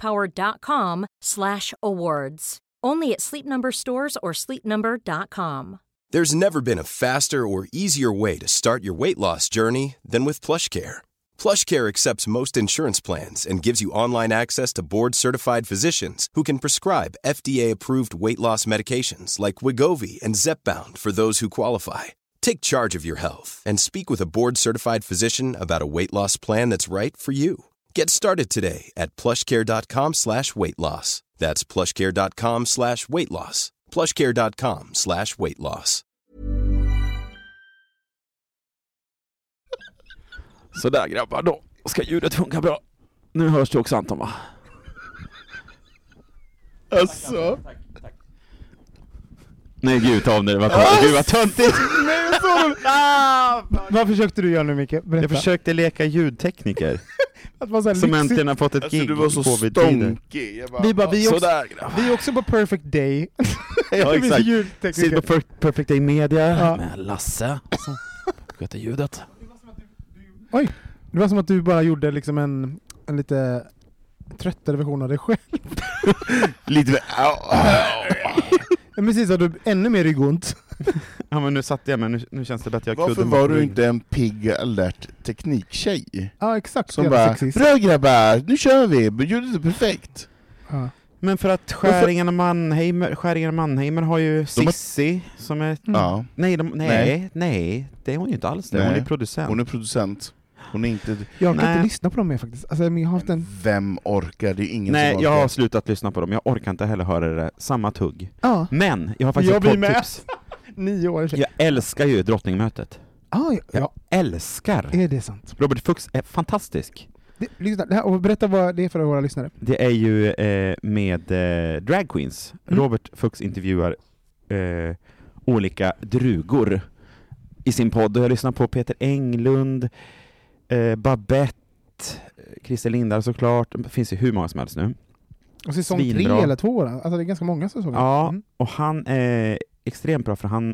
jdpower.com/awards. Only at Sleep Number stores or sleepnumber.com. There's never been a faster or easier way to start your weight loss journey than with PlushCare. PlushCare accepts most insurance plans and gives you online access to board-certified physicians who can prescribe FDA-approved weight loss medications like Wegovy and Zepbound for those who qualify. Take charge of your health and speak with a board-certified physician about a weight loss plan that's right for you. Get started today at plushcare.com/weightloss. That's plushcare.com/weightloss. plushcare.com/weightloss. Så där grabbar, då ska ljudet funka bra. Nu hörs det också, Anton, va? Alltså. Tack. Nej, gud, ta om det var kvar. Gud, vad töntigt. Nej, så... Vad försökte du göra nu, Micke? Berätta. Jag försökte leka ljudtekniker. Som äntligen har fått ett gig. Du var så stånkig. Vi är också på Perfect Day. Ja, exakt. Sitter på Perfect Day Media med Lasse som sköter ljudet. Oj, det var som att du bara gjorde liksom en lite tröttare version av dig själv. Lite precis, så du ännu mer ryggont. Ja, men nu satt jag, men nu känns det bättre. Varför var du inte en pigg, alert tekniktjej? Ja, exakt. Som bara, bra grabbar, nu kör vi, ljudet är perfekt. Ja. Men för att Skäringen och Mannheimer har ju Sissi som är... Ja. Nej, det är hon ju inte alls det. Nej. Hon är producent. Hon är inte... Jag kan inte lyssna på dem mer faktiskt. Alltså, jag har haft en... Vem orkar? Det är ingen Nej, som orkar. jag har slutat lyssna på dem. Jag orkar inte heller höra det. Samma tugg. Ja. Men jag har faktiskt ett poddtips. 9 år sedan. Jag älskar ju Drottningmötet. Jag älskar. Är det sant? Robert Fuchs är fantastisk. Berätta vad det är för våra lyssnare. Det är ju med drag queens. Robert Fuchs intervjuar olika drugor i sin podd. Jag lyssnar på Peter Englund, Babette, Christer Lindar såklart. Det finns ju hur många som helst nu. Och säsong 3 eller 2, alltså det är ganska många säsonger. Ja, och han är extremt bra för han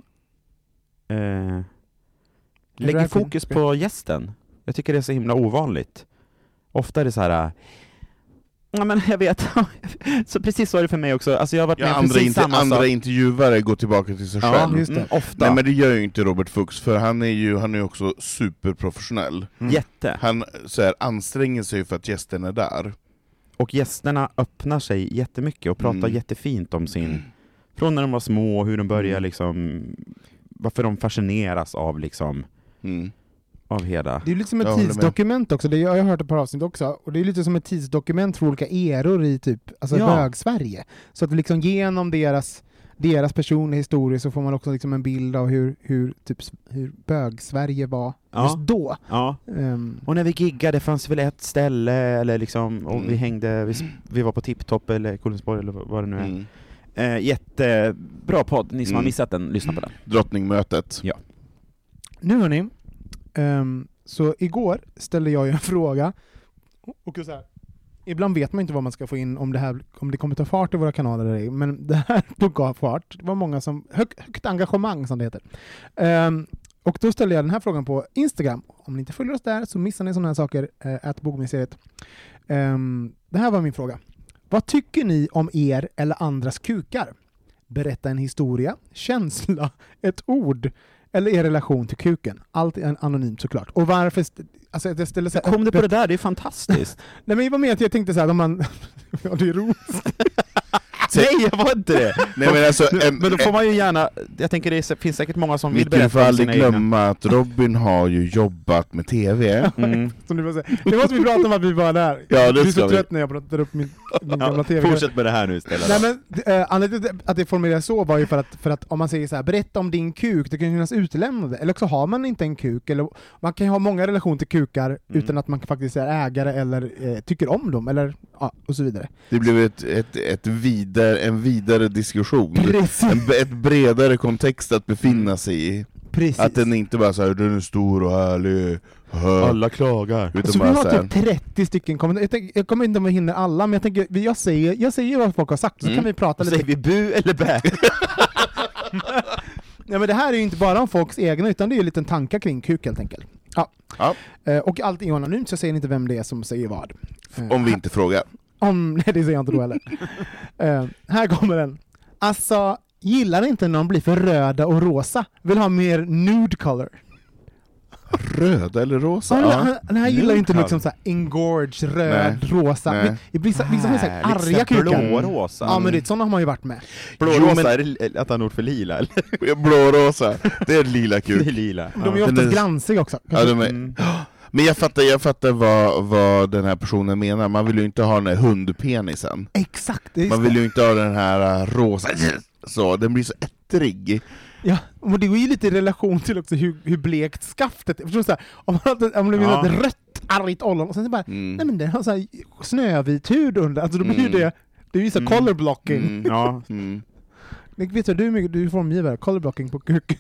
lägger fokus på gästen. Jag tycker det är så himla ovanligt. Ofta är det så här... Ja, men jag vet. Så precis så är det för mig också. Alltså jag har varit med andra intervjuare går tillbaka till sig själv. Just det. Ofta. Nej, men det gör ju inte Robert Fuchs, för han är ju också superprofessionell. Jätte. Han så här, anstränger sig för att gästerna är där. Och gästerna öppnar sig jättemycket och pratar jättefint om sin... Från när de var små, hur de börjar liksom... Varför de fascineras av liksom... Av hela. Det är lite som ett tidsdokument också. Det jag har hört ett par avsnitt också. Och det är lite som ett tidsdokument för olika eror i typ bög-Sverige. Så att liksom genom deras personliga historia så får man också liksom en bild av hur bög-Sverige var just då. Ja. Och när vi giggade fanns väl ett ställe eller liksom, och vi hängde, vi var på Tipptopp eller Kolensborg eller vad det nu är. Jättebra podd. Ni som har missat den, lyssna på den. Drottningmötet. Ja. Nu hörni, så igår ställde jag en fråga och så här, ibland vet man inte vad man ska få in om det kommer ta fart i våra kanaler eller ej, men det här tog fart. Det var många som högt engagemang som det heter. Och då ställde jag den här frågan på Instagram. Om ni inte följer oss där så missar ni sådana här saker @bogministeriet. Det här var min fråga. Vad tycker ni om er eller andras kukar? Berätta en historia, känsla, ett ord eller er relation till kuken. Allt är anonymt såklart. Och varför... Alltså, jag ställer så här, kom du på det där? Det är fantastiskt. Nej, men jag var med att jag tänkte så här, om man... ja, det är roligt. Nej, jag var inte det. Nej, men, alltså, men då får man ju gärna... Jag tänker det finns säkert många som vill berätta om sina egna. Du får aldrig glömma att Robin har ju jobbat med TV. Som du får säga. Det måste vi prata om att vi var där. Ja, du är så trött när jag pratar upp min gamla TV. Fortsätt med det här nu istället. Nej, men anledningen att det formuleras så var ju för att om man säger så här, berätta om din kuk, det kan ju finnas utelämnade. Eller också har man inte en kuk. Eller man kan ju ha många relationer till kukar utan att man faktiskt är ägare eller tycker om dem. Eller, ja, och så vidare. Det blev en vidare diskussion. Ett bredare kontext att befinna sig i. Precis. Att den inte bara så här, den är stor och härlig. Alla klagar. Utan så vi har typ 30 stycken kommentarer. Jag kommer inte att hinna alla, men jag tänker, jag säger vad folk har sagt, så kan vi prata lite. Säger vi bu eller bä? Nej, men det här är ju inte bara om folks egna, utan det är ju en liten tankar kring kuk helt enkelt. Ja. Och allt är anonymt, så jag säger inte vem det är som säger vad. Om vi inte frågar. Nej, det säger jag inte då heller. Här kommer den. Alltså, gillar inte när de blir för röda och rosa. Vill ha mer nude color. Röda eller rosa? Den här gillar ju inte liksom så här engorge, röd, rosa. Men vissa är så här arga kukar. Blå-rosa. Ja, men sådana har man ju varit med. Blå-rosa, är det att han ord för lila? Eller? Blå-rosa, det är lila kuk. Det är lila. De är oftast glansiga också. Ja, men jag fattar vad den här personen menar. Man vill ju inte ha den här hundpenisen. Exakt. Man vill ju inte ha den här rosa. Så, den blir så ettrig. Ja, och det går ju lite i relation till också hur blekt skaftet är. Förstår du så här, om det blir ett rött, argt ollon och sen så bara, nej men det har så här snövit hud under. Alltså då blir det är ju så color blocking. Ja. Vet du du formgivare color blocking på kuken.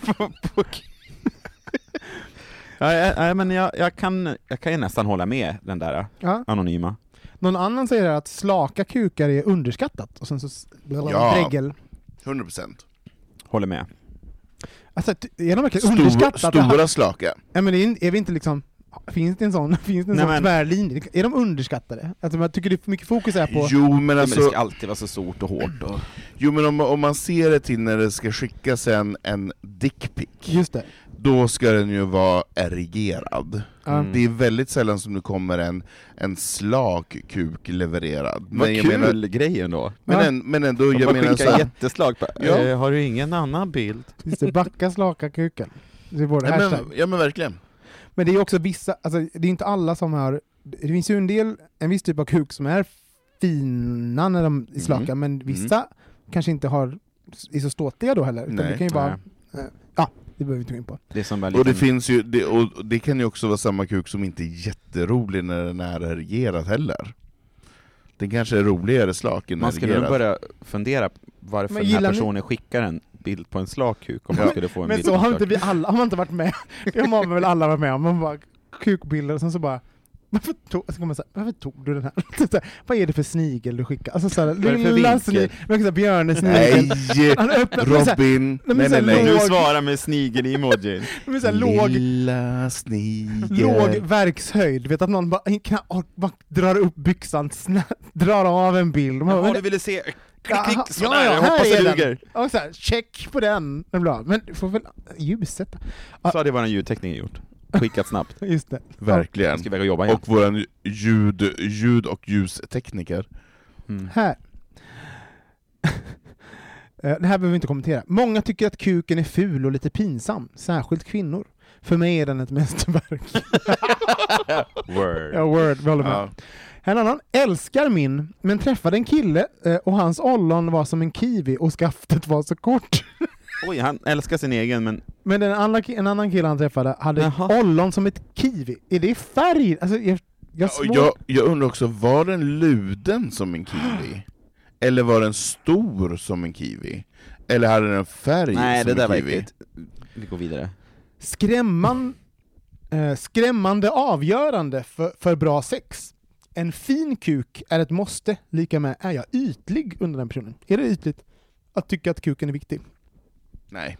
Ja, men jag kan ju nästan hålla med den där anonyma. Någon annan säger att slaka kukar är underskattat och sen så dregel. 100%. Håller med. Alltså, är de verkligen underskattat? Stora slaka. Ja, men är vi inte liksom... Finns det en sån tvärlinje? Är de underskattade? Alltså, man tycker det är för mycket fokus här på... Jo, men alltså... Men det ska alltid vara så stort och hårt. Och... Jo, men om man ser det till när det ska skickas en dickpic. Just det. Då ska den ju vara erigerad. Det är väldigt sällan som det kommer en slak kuk levererad. Vad kul grejen då. Men ändå, jag menar så här, jätteslag. Har du ingen annan bild? Just det, backa slaka kuken. Det är vår hashtag. Ja, men verkligen. Men det är också vissa, alltså det är inte alla som har, det finns ju en viss typ av kuk som är fina när de är slaka, men vissa kanske inte är så ståtliga då heller. Utan det kan ju bara, det behöver vi inte gå in på. Det som och det finns ju, och det kan ju också vara samma kuk som inte är jätterolig när den är erigerad heller. Den kanske är roligare slak än man skulle nog börja fundera varför den här personen skickar en bild på en slak kuk om man skulle få en men bild. Men så har inte vi alla, har man inte varit med. Det har väl alla varit med om. Man bara kukbilder och sen så bara varför tog du den här? Vad är det för snigel du skickar? Alltså så här, björnesnigel. Nej, Robin. Nej. Du svarar med snigel-emojin. Lilla snigel. Låg verkshöjd. Vet att någon bara drar upp byxan, drar av en bild. Du ville se... Klick, jag hoppas det duger. Och så här, check på den. Men du får väl ljuset. Så hade vår ljudtekniker gjort. Skickat snabbt. Just det. Verkligen. Ska vi jobba igen. Och vår ljud- och ljustekniker. Här. Det här behöver vi inte kommentera. Många tycker att kuken är ful och lite pinsam. Särskilt kvinnor. För mig är den ett mästerverk. Word. Ja, word. Vi håller med. Ja. En annan älskar min, men träffade en kille och hans ollon var som en kiwi och skaftet var så kort. Oj, han älskar sin egen, men en annan kille han träffade hade ollon som ett kiwi. Är det färg? Alltså, jag undrar också, var den luden som en kiwi? Eller var den stor som en kiwi? Eller hade den färg som en kiwi? Nej, det där var äckligt. Vi går vidare. Skrämmande avgörande för bra sex. En fin kuk är ett måste, lika med är jag ytlig under den personen. Är det ytligt att tycka att kuken är viktig? Nej.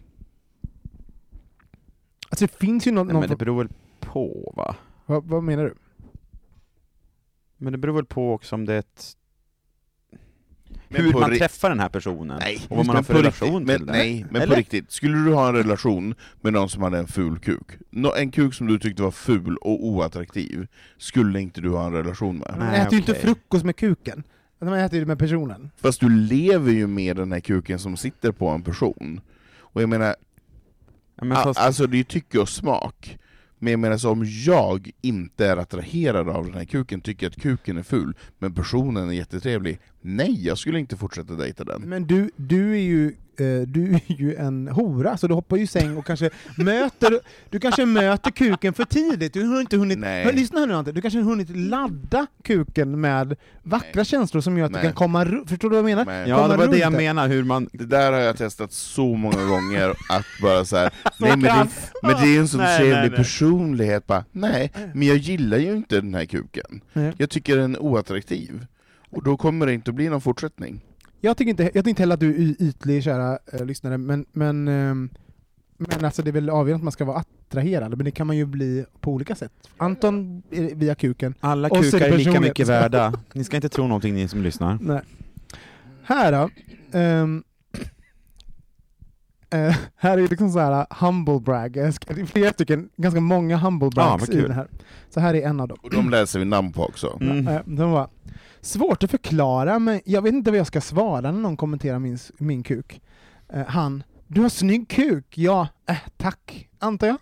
Alltså det finns ju någon... Men det beror väl på, va? Vad menar du? Men det beror väl på också om det är ett... hur man träffar den här personen. Nej, och vad man har för relation till den. Nej, men på riktigt. Skulle du ha en relation med någon som hade en ful kuk? En kuk som du tyckte var ful och oattraktiv, skulle inte du ha en relation med? Man äter ju inte frukost med kuken. Man äter ju med personen. Fast du lever ju med den här kuken som sitter på en person. Och jag menar, alltså det är ju tycke och smak. Men jag menar, så om jag inte är attraherad av den här kuken, tycker att kuken är ful, men personen är jättetrevlig, nej, jag skulle inte fortsätta dejta den. Men du är ju en hora, så du hoppar ju i säng och kanske möter kuken för tidigt. Du har inte hunnit, lyssna här nu Ante, du kanske har hunnit ladda kuken med vackra känslor som gör att du kan komma förstår du vad jag menar? Nej. Ja, det var det jag menar, hur man... Det där har jag testat så många gånger, att bara så här, nej, men det är en sån trevlig personlighet, bara, nej, men jag gillar ju inte den här kuken. Jag tycker den är oattraktiv. Och då kommer det inte att bli någon fortsättning. Jag tycker inte heller att du är ytlig, kära lyssnare, men alltså det är väl avgörande att man ska vara attraherad, men det kan man ju bli på olika sätt. Anton via kuken. Alla kukar är lika mycket värda. Ni ska inte tro någonting, ni som lyssnar. Nej. Här då. Här är liksom så här humble brag. Det är flera stycken, ganska många humble brags i den här. Så här är en av dem. Och de läser vi namn på också. De var svårt att förklara, men jag vet inte vad jag ska svara när någon kommenterar min kuk. Du har snygg kuk. Ja, tack, antar jag.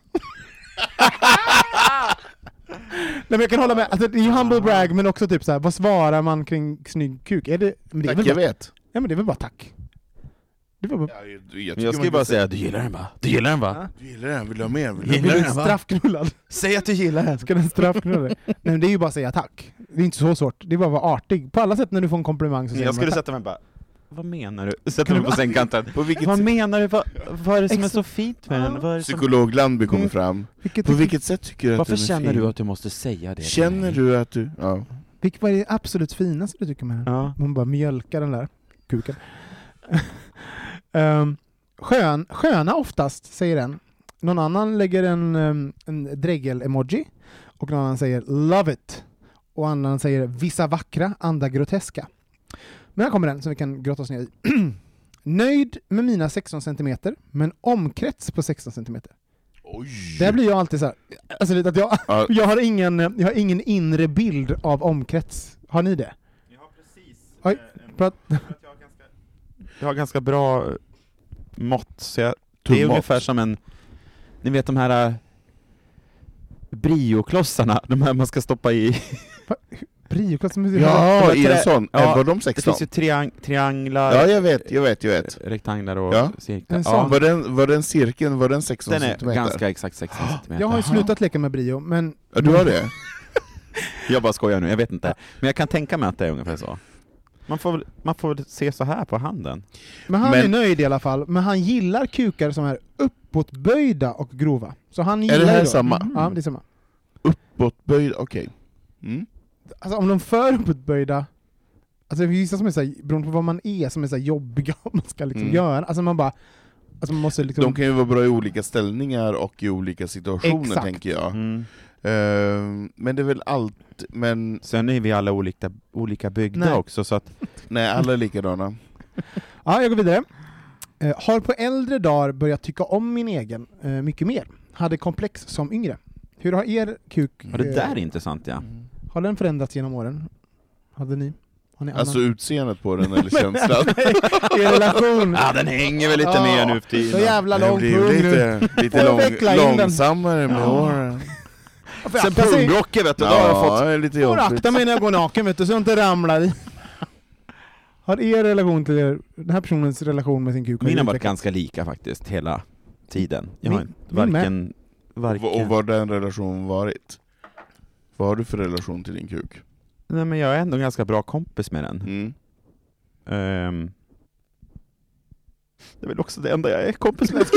Nej, men jag kan hålla med. Alltså, det är humble brag, men också typ så här, vad svarar man kring snygg kuk? Är det tack, jag vet. Ja, men det är väl bara tack. Jag ska ju bara säga att du gillar den va? Du gillar den va? Ja. Du gillar den, vill du ha mer? Vill du straffknullad? Säg att du gillar den. Ska den straffknulla dig? Nej, men det är ju bara att säga tack. Det är inte så svårt. Det är bara att vara artig. På alla sätt när du får en komplimang så säger jag skulle sätta mig bara, vad menar du? Sätta mig på sängkanten. Vad menar du? Vad är det som är så fint med den? Psykolog Landby kommer fram. På vilket sätt tycker du att varför den är känner fin? du att du måste säga det? Känner du att du... Ja. Vad är det absolut finaste du tycker med den? Ja. Man bara mjölkar den där kuken. Sköna oftast, säger en. Någon annan lägger en dregel-emoji. Och någon annan säger love it. Och annan säger vissa vackra, andra groteska. Men här kommer den som vi kan grotta oss ner i. Nöjd med mina 16 cm, men omkrets på 16 cm. Oj. Där blir jag alltid så här. Alltså, att jag har ingen inre bild av omkrets. Har ni det? Jag har precis. Oj, jag har ganska bra mått, så det är ungefär som en, ni vet de här brioklossarna, de här man ska stoppa i. Brioklossar? Ja, i en sån. Var de 16? Det finns ju trianglar. Ja, jag vet. Rektanglar och cirklar. Ja. Var den cirkeln, var den 16 den är centimeter? ganska exakt 16 centimeter. Jag har ju slutat leka med brio, men... Ja, du har det? Jag bara skojar nu, jag vet inte. Men jag kan tänka mig att det är ungefär så. Man får väl se så här på handen. Men han är nöjd i alla fall. Men han gillar kukar som är uppåtböjda och grova. Så han gillar är det här då. samma? Ja, det är samma. Uppåtböjda, okej. Mm. Alltså om de för uppåtböjda... Alltså det finns vissa som är så här, beroende på vad man är, som är så här jobbiga om man ska liksom göra. Alltså man bara... Alltså man måste liksom... De kan ju vara bra i olika ställningar och i olika situationer. Exakt. Tänker jag. Men det är väl allt, men... Sen är vi alla olika byggda också, så att... Nej, alla är likadana. Ja, jag går vidare. Har på äldre dagar börjat tycka om min egen mycket mer. Hade komplex som yngre. Hur har er kuk... Ja, det där är intressant, ja. Har den förändrats genom åren? Hade ni? Har ni alltså utseendet på den eller känslan? I relation. Ja, den hänger väl lite mer nu för tiden. Så jävla lång pung lite långsammare med åren. Sen pungblocket, vet du, då har jag fått... lite jobbigt. Och akta mig när jag går naken, vet du, så jag inte ramlar i. Har er relation till den här personens relation med sin kuk? Mina har varit ganska lika faktiskt, hela tiden. Jag har varken... Och vad har den relationen varit? Vad har du för relation till din kuk? Nej, men jag är ändå ganska bra kompis med den. Det är väl också det enda jag är kompis med.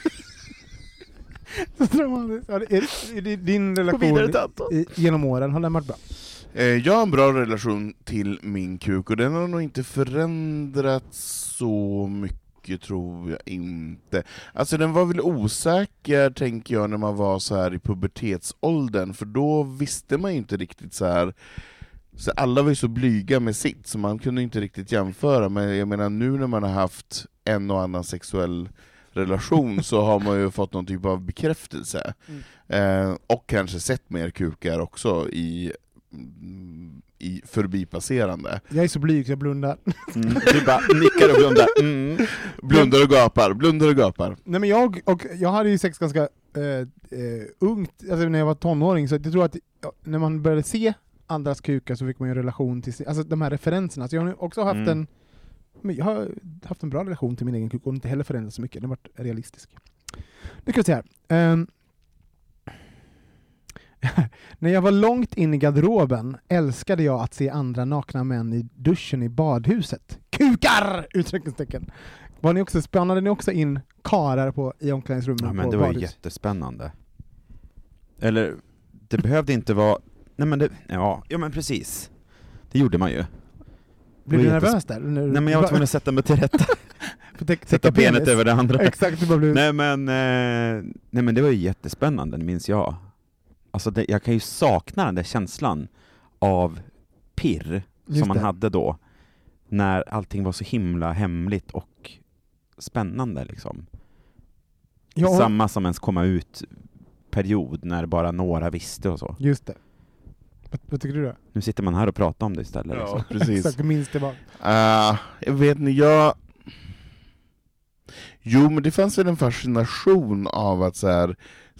Är din relation genom åren, har den varit bra? Jag har en bra relation till min kuk och den har nog inte förändrats så mycket, tror jag inte. Alltså den var väl osäker, tänker jag, när man var så här i pubertetsåldern, för då visste man ju inte riktigt så här. Så alla var ju så blyga med sitt, så man kunde inte riktigt jämföra. Men jag menar, nu när man har haft en och annan sexuell relation så har man ju fått någon typ av bekräftelse. Och kanske sett mer kukar också i förbipasserande. Jag är så blyg så jag blundar. Du bara nickar och blundar. Blundar och gapar. Nej, men jag hade ju sex ganska ungt, alltså när jag var tonåring, så jag tror att när man började se andras kukar så fick man ju en relation till, alltså de här referenserna. Så jag har också haft jag har haft en bra relation till min egen kuk och inte heller förändrats så mycket. Den har varit realistisk. Nu ska vi se här. När jag var långt in i garderoben älskade jag att se andra nakna män i duschen i badhuset. Kukar! Uttryckningstecken. Spannade ni också in karar i omklädningsrummet? Ja, men det var ju jättespännande. Eller, det behövde inte vara... Nej, men ja, men precis. Det gjorde man ju. Blev du nervös där? Nej, men jag var tvungen att sätta mig till rätta. Sätta benet över det andra. Exakt, nej, men det var ju jättespännande, det minns jag. Alltså jag kan ju sakna den där känslan av pirr som man hade då, när allting var så himla hemligt och spännande liksom. samma som ens komma ut period när bara några visste och så. Just det. Vad tycker du då? Nu sitter man här och pratar om det istället. Ja, precis. Exakt, minns det bara. Jag vet inte, Jo, men det fanns väl en fascination av att så här,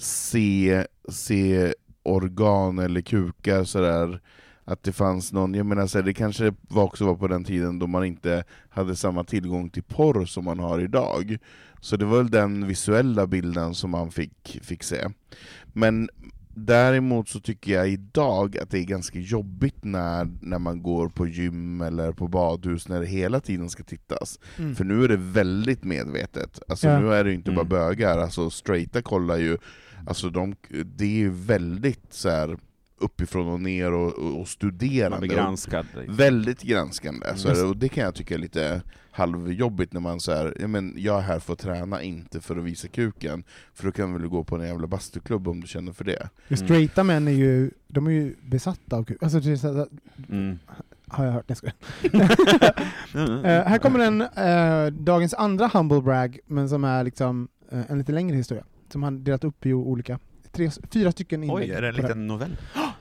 se organ eller kukar så där, att det fanns någon, jag menar så här, det kanske var på den tiden då man inte hade samma tillgång till porr som man har idag. Så det var väl den visuella bilden som man fick se. Men däremot så tycker jag idag att det är ganska jobbigt när man går på gym eller på badhus när det hela tiden ska tittas. För nu är det väldigt medvetet. Alltså nu är det inte bara bögar. Alltså straighta kollar ju, alltså det är ju väldigt så här uppifrån och ner och studerande. Man blir granskad. Väldigt granskande. Och det kan jag tycka är lite halvjobbigt när man så här, jag är här för att träna, inte för att visa kuken. För då kan väl gå på en jävla bastuklubb om du känner för det. Straighta män är ju besatta av kuk. Alltså, har jag hört det? Här kommer dagens andra humble brag, men som är liksom en lite längre historia. Som han delat upp i olika 4 stycken inlägg. Oj, är det en liten novell?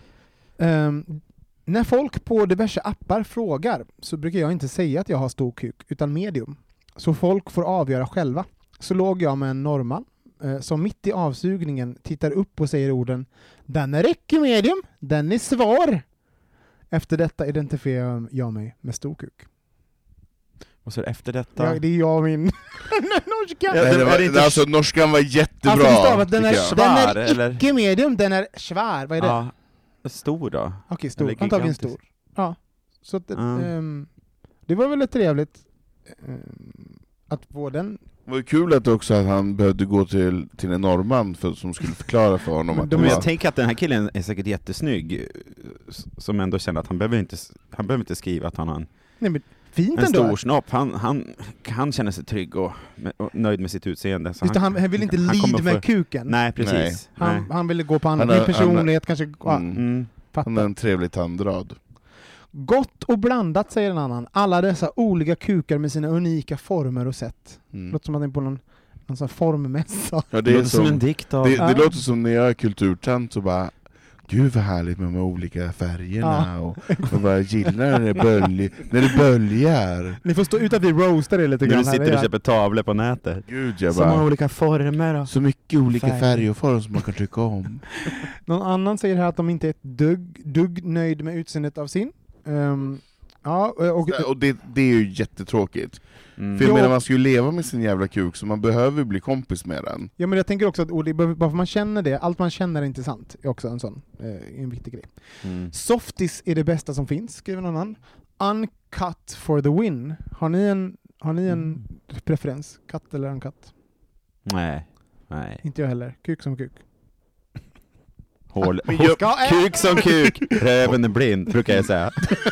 När folk på diverse appar frågar så brukar jag inte säga att jag har stor kuk, utan medium. Så folk får avgöra själva. Så låg jag med en norrman som mitt i avsugningen tittar upp och säger orden: den räcker medium, den är svår. Efter detta identifierar jag mig med stor kuk. Och så efter detta? Ja, det är jag och min norska. Alltså norskan var jättebra. Alltså, den är icke medium, den är svär. Vad är det? Ja, stor då? Okej, stor. Antagligen stor. Ja. Så att, det var väldigt trevligt att få den. Det var kul att också att han behövde gå till en norrman som skulle förklara för honom. Men jag tänker att den här killen är säkert jättesnygg, som ändå känner att han behöver inte skriva att han har en stor snopp. Han känner sig trygg och nöjd med sitt utseende. Så han vill inte lead med kuken. Nej, precis. Han ville gå på annan personlighet. Kanske. Han har en trevlig tandrad. Gott och blandat, säger en annan. Alla dessa olika kukar med sina unika former och sätt. Låter som att det är på någon sån formmässa. Ja, det låter som en dikt av... Det låter som när jag är kulturtant så bara... Gud vad härligt med de olika färgerna och man bara gillar när det böljar. Ni får stå utanför roaster det lite grann. Du sitter och köper tavlor på nätet. Gud, jag som har olika former. Och så mycket olika färger och former som man kan tycka om. Någon annan säger här att de inte är ett dugg nöjd med utseendet av sin. Och det är ju jättetråkigt. För jag menar, man ska ju leva med sin jävla kuk, så man behöver bli kompis med den. Ja, men jag tänker också att bara för man känner det, allt man känner är intressant, är också en viktig grej. Softis är det bästa som finns, skriver någon annan. Uncut for the win. Har ni en preferens? Katt eller uncut? Nej. Inte jag heller. Kuk som kuk. Kuk som kuk. Röven är blind, brukar jag säga.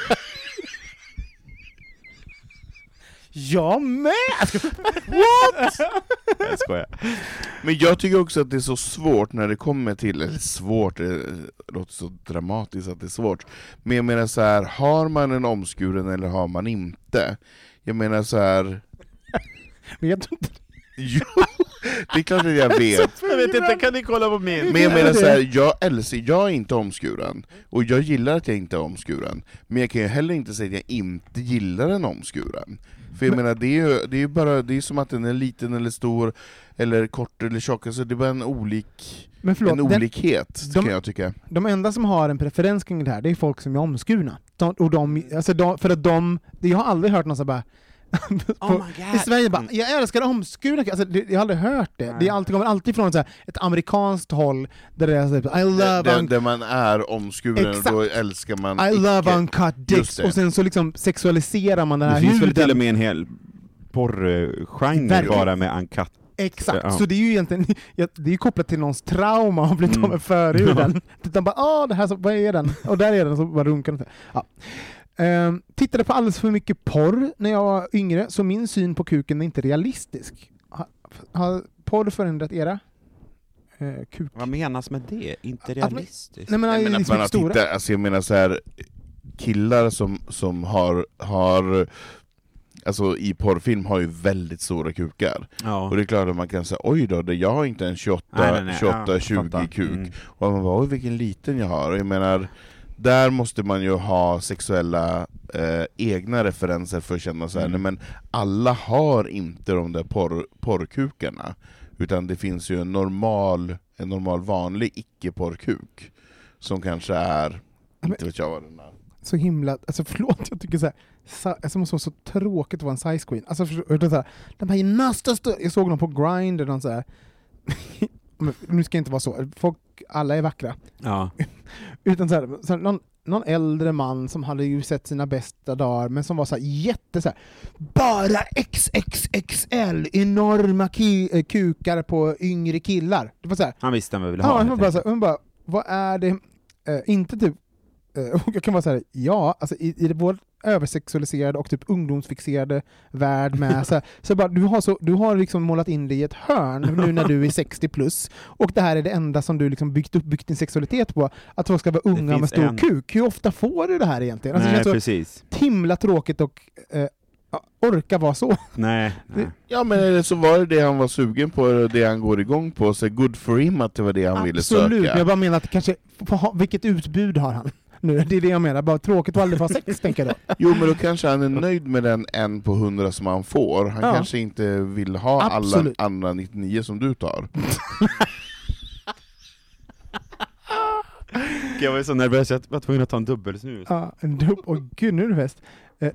Jag med! What? Jag skojar. Men jag tycker också att det är så svårt när det kommer till, eller svårt, det låter så dramatiskt att det är svårt. Men jag menar så här, har man en omskuren eller har man inte? Jag menar så här. Vet du inte? Jo, det är klart att jag vet. Jag vet inte, kan ni kolla på min? Men jag menar så här, jag är inte omskuren. Och jag gillar att jag inte är omskuren. Men jag kan ju heller inte säga att jag inte gillar en omskuren. För jag menar, det är ju bara, det är som att den är liten eller stor, eller kort eller tjock. Alltså det är bara en olikhet, kan jag tycka. De enda som har en preferens kring det här, det är folk som är omskurna. Jag har aldrig hört någon så bara... I Sverige bara, jag älskar omskurna. Alltså, jag har aldrig hört det. Det kommer alltid från ett amerikanskt håll där det är där man är omskuren. Exakt. Och då älskar man I love uncut dicks. Och sen så liksom sexualiserar man den här huden. Det finns väl till och med en hel porrgenre bara med uncut. Exakt, så det är ju egentligen det är kopplat till någons trauma och blivit av med förhuden. De bara, det här, vad är den? Och där är den, så bara runkar den. Ja. Tittade på alldeles för mycket porr när jag var yngre, så min syn på kuken är inte realistisk. Har porr förändrat era kuk? Vad menas med det? Inte realistiskt? Nej, men att man har tittat, alltså jag menar så här, killar som har alltså i porrfilm har ju väldigt stora kukar. Ja. Och det är klart att man kan säga, oj då, jag har inte en 28-20 kuk. Och man bara, oj vilken liten jag har. Och jag menar, där måste man ju ha sexuella egna referenser för att känna så här, nej, men alla har inte de där porrkukarna. Utan det finns ju en normal vanlig icke-porrkuk som kanske är, inte vet jag vad den är. Så himla, alltså förlåt, jag tycker så här, alltså måste vara så tråkigt att vara en size queen. Alltså förstår, så här, de här gymnaster, jag såg dem på Grindr och så här. Nu ska det inte vara så. Folk, alla är vackra. Ja. Utan så här, någon äldre man som hade ju sett sina bästa dagar, men som var så här jätte så här, bara XXXL enorma kukar på yngre killar. Det var så här. Han visste vad vi ville ha. Ja, han bara, vad är det? Inte typ. Och jag kan vara så här, ja, alltså i vår översexualiserade och typ ungdomsfixerade värld med så bara, du har liksom målat in dig i ett hörn nu när du är 60 plus, och det här är det enda som du liksom byggt din sexualitet på, att folk ska vara unga med stor kuk. Hur ofta får du det här egentligen? Alltså, nej, det precis. Himla tråkigt och orka vara så. Nej. Ja, men så var det han var sugen på, det han går igång på, så good for him att det var det han ville söka. Absolut, jag bara menar att kanske, vilket utbud har han? Nu, det är det jag menar, bara tråkigt att aldrig få sex, tänker jag då. Jo, men då kanske han är nöjd med den 1 på 100 som han får. Han kanske inte vill ha alla andra 99 som du tar. Jag var så nervös, jag var tvungen att ta en dubbelsnus. Ja, gud, nu är det fest.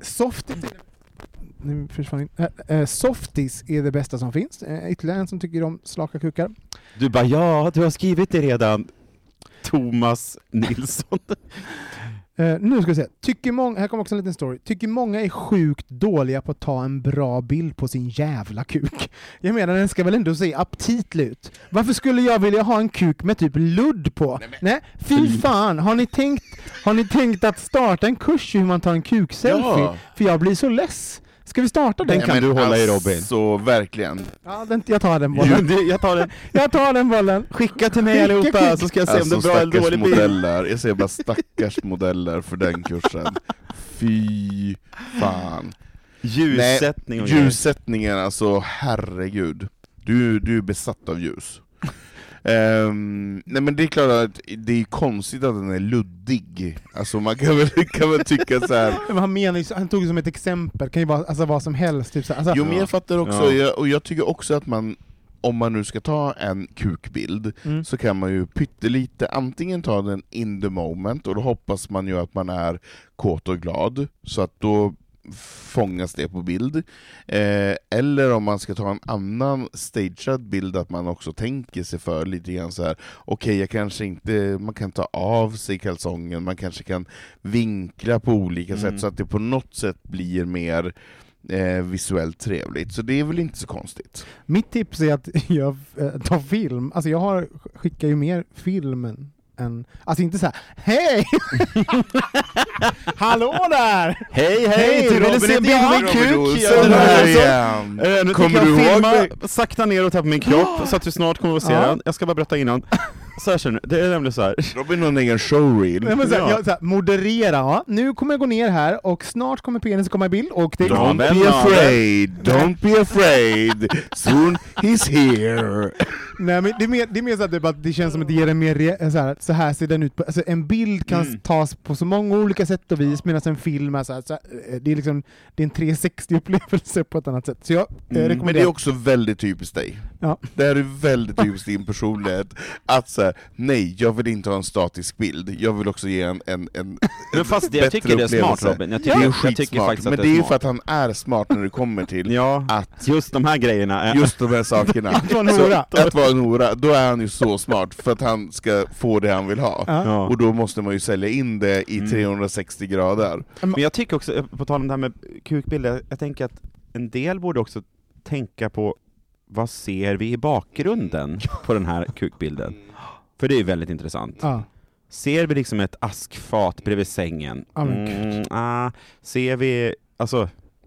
Softies är det bästa som finns. Ytterligare en som tycker om slaka kukar. Du bara, ja, du har skrivit det redan. Thomas Nilsson. Nu ska vi se. Här kommer också en liten story. Tycker många är sjukt dåliga på att ta en bra bild på sin jävla kuk. Jag menar, den ska väl ändå se aptitlig ut. Varför skulle jag vilja ha en kuk med typ ludd på? Nej, fy fan. Har ni tänkt att starta en kurs i hur man tar en kukselfie? Ja. För jag blir så less. Ska vi starta den? Den kan du hålla i, Robin. Så verkligen. Ja, jag tar den bollen. Jag tar den bollen. Skicka till mig allihopa så ska jag se om det är bra eller dålig bild. Jag ser bara stackars modeller för den kursen. Fy fan. Ljussättningen, alltså herregud. Du är besatt av ljus. Nej, men det är klart att det är konstigt att den är luddig. Alltså man kan väl tycka så här. Men han tog det som ett exempel. Kan ju vara alltså vad som helst typ så. Alltså, jo, men jag fattar också, och jag tycker också att man, om man nu ska ta en kukbild, så kan man ju pyttelite antingen ta den in the moment, och då hoppas man ju att man är kåt och glad, så att då fångas det på bild. Eller om man ska ta en annan stagead bild, att man också tänker sig för lite grann så här. Okej, jag kanske inte, man kan ta av sig kalsongen, man kanske kan vinkla på olika sätt så att det på något sätt blir mer visuellt trevligt. Så det är väl inte så konstigt. Mitt tips är att jag tar film. Alltså jag skickar ju mer filmen. Alltså inte så här, hej! Hallå där! Hej, du ville se bild av min kuk? Nu kommer du filma sakta ner och ta på min kropp så att du snart kommer att se den. Jag ska bara berätta innan. Så här känner du, det är nämligen så här. Robin har en egen showreel. Jag så här, moderera, nu kommer jag gå ner här och snart kommer penis komma i bild och det Don't be afraid, soon he's here. Nej, men det är mer så att det känns som att det ger en mer så här ser den ut på, alltså en bild kan tas på så många olika sätt och vis, medan en film är så här, det är liksom, det är en 360-upplevelse på ett annat sätt. Så jag rekommenderar. Men det är också väldigt typiskt dig. Ja. Det här är väldigt typiskt din personlighet, att så här, nej, jag vill inte ha en statisk bild, jag vill också ge en men fast jag tycker det är smart, Robin. Jag tycker faktiskt att men det är ju för att han är smart när det kommer till att just de här grejerna, just de här sakerna. Att vara en hora, då är han ju så smart för att han ska få det han vill ha. Och då måste man ju sälja in det i 360 grader. Men jag tycker också, på tal om det här med kukbilder, jag tänker att en del borde också tänka på vad ser vi i bakgrunden på den här kukbilden. För det är väldigt intressant. Ser vi liksom ett askfat bredvid sängen? Ser vi, alltså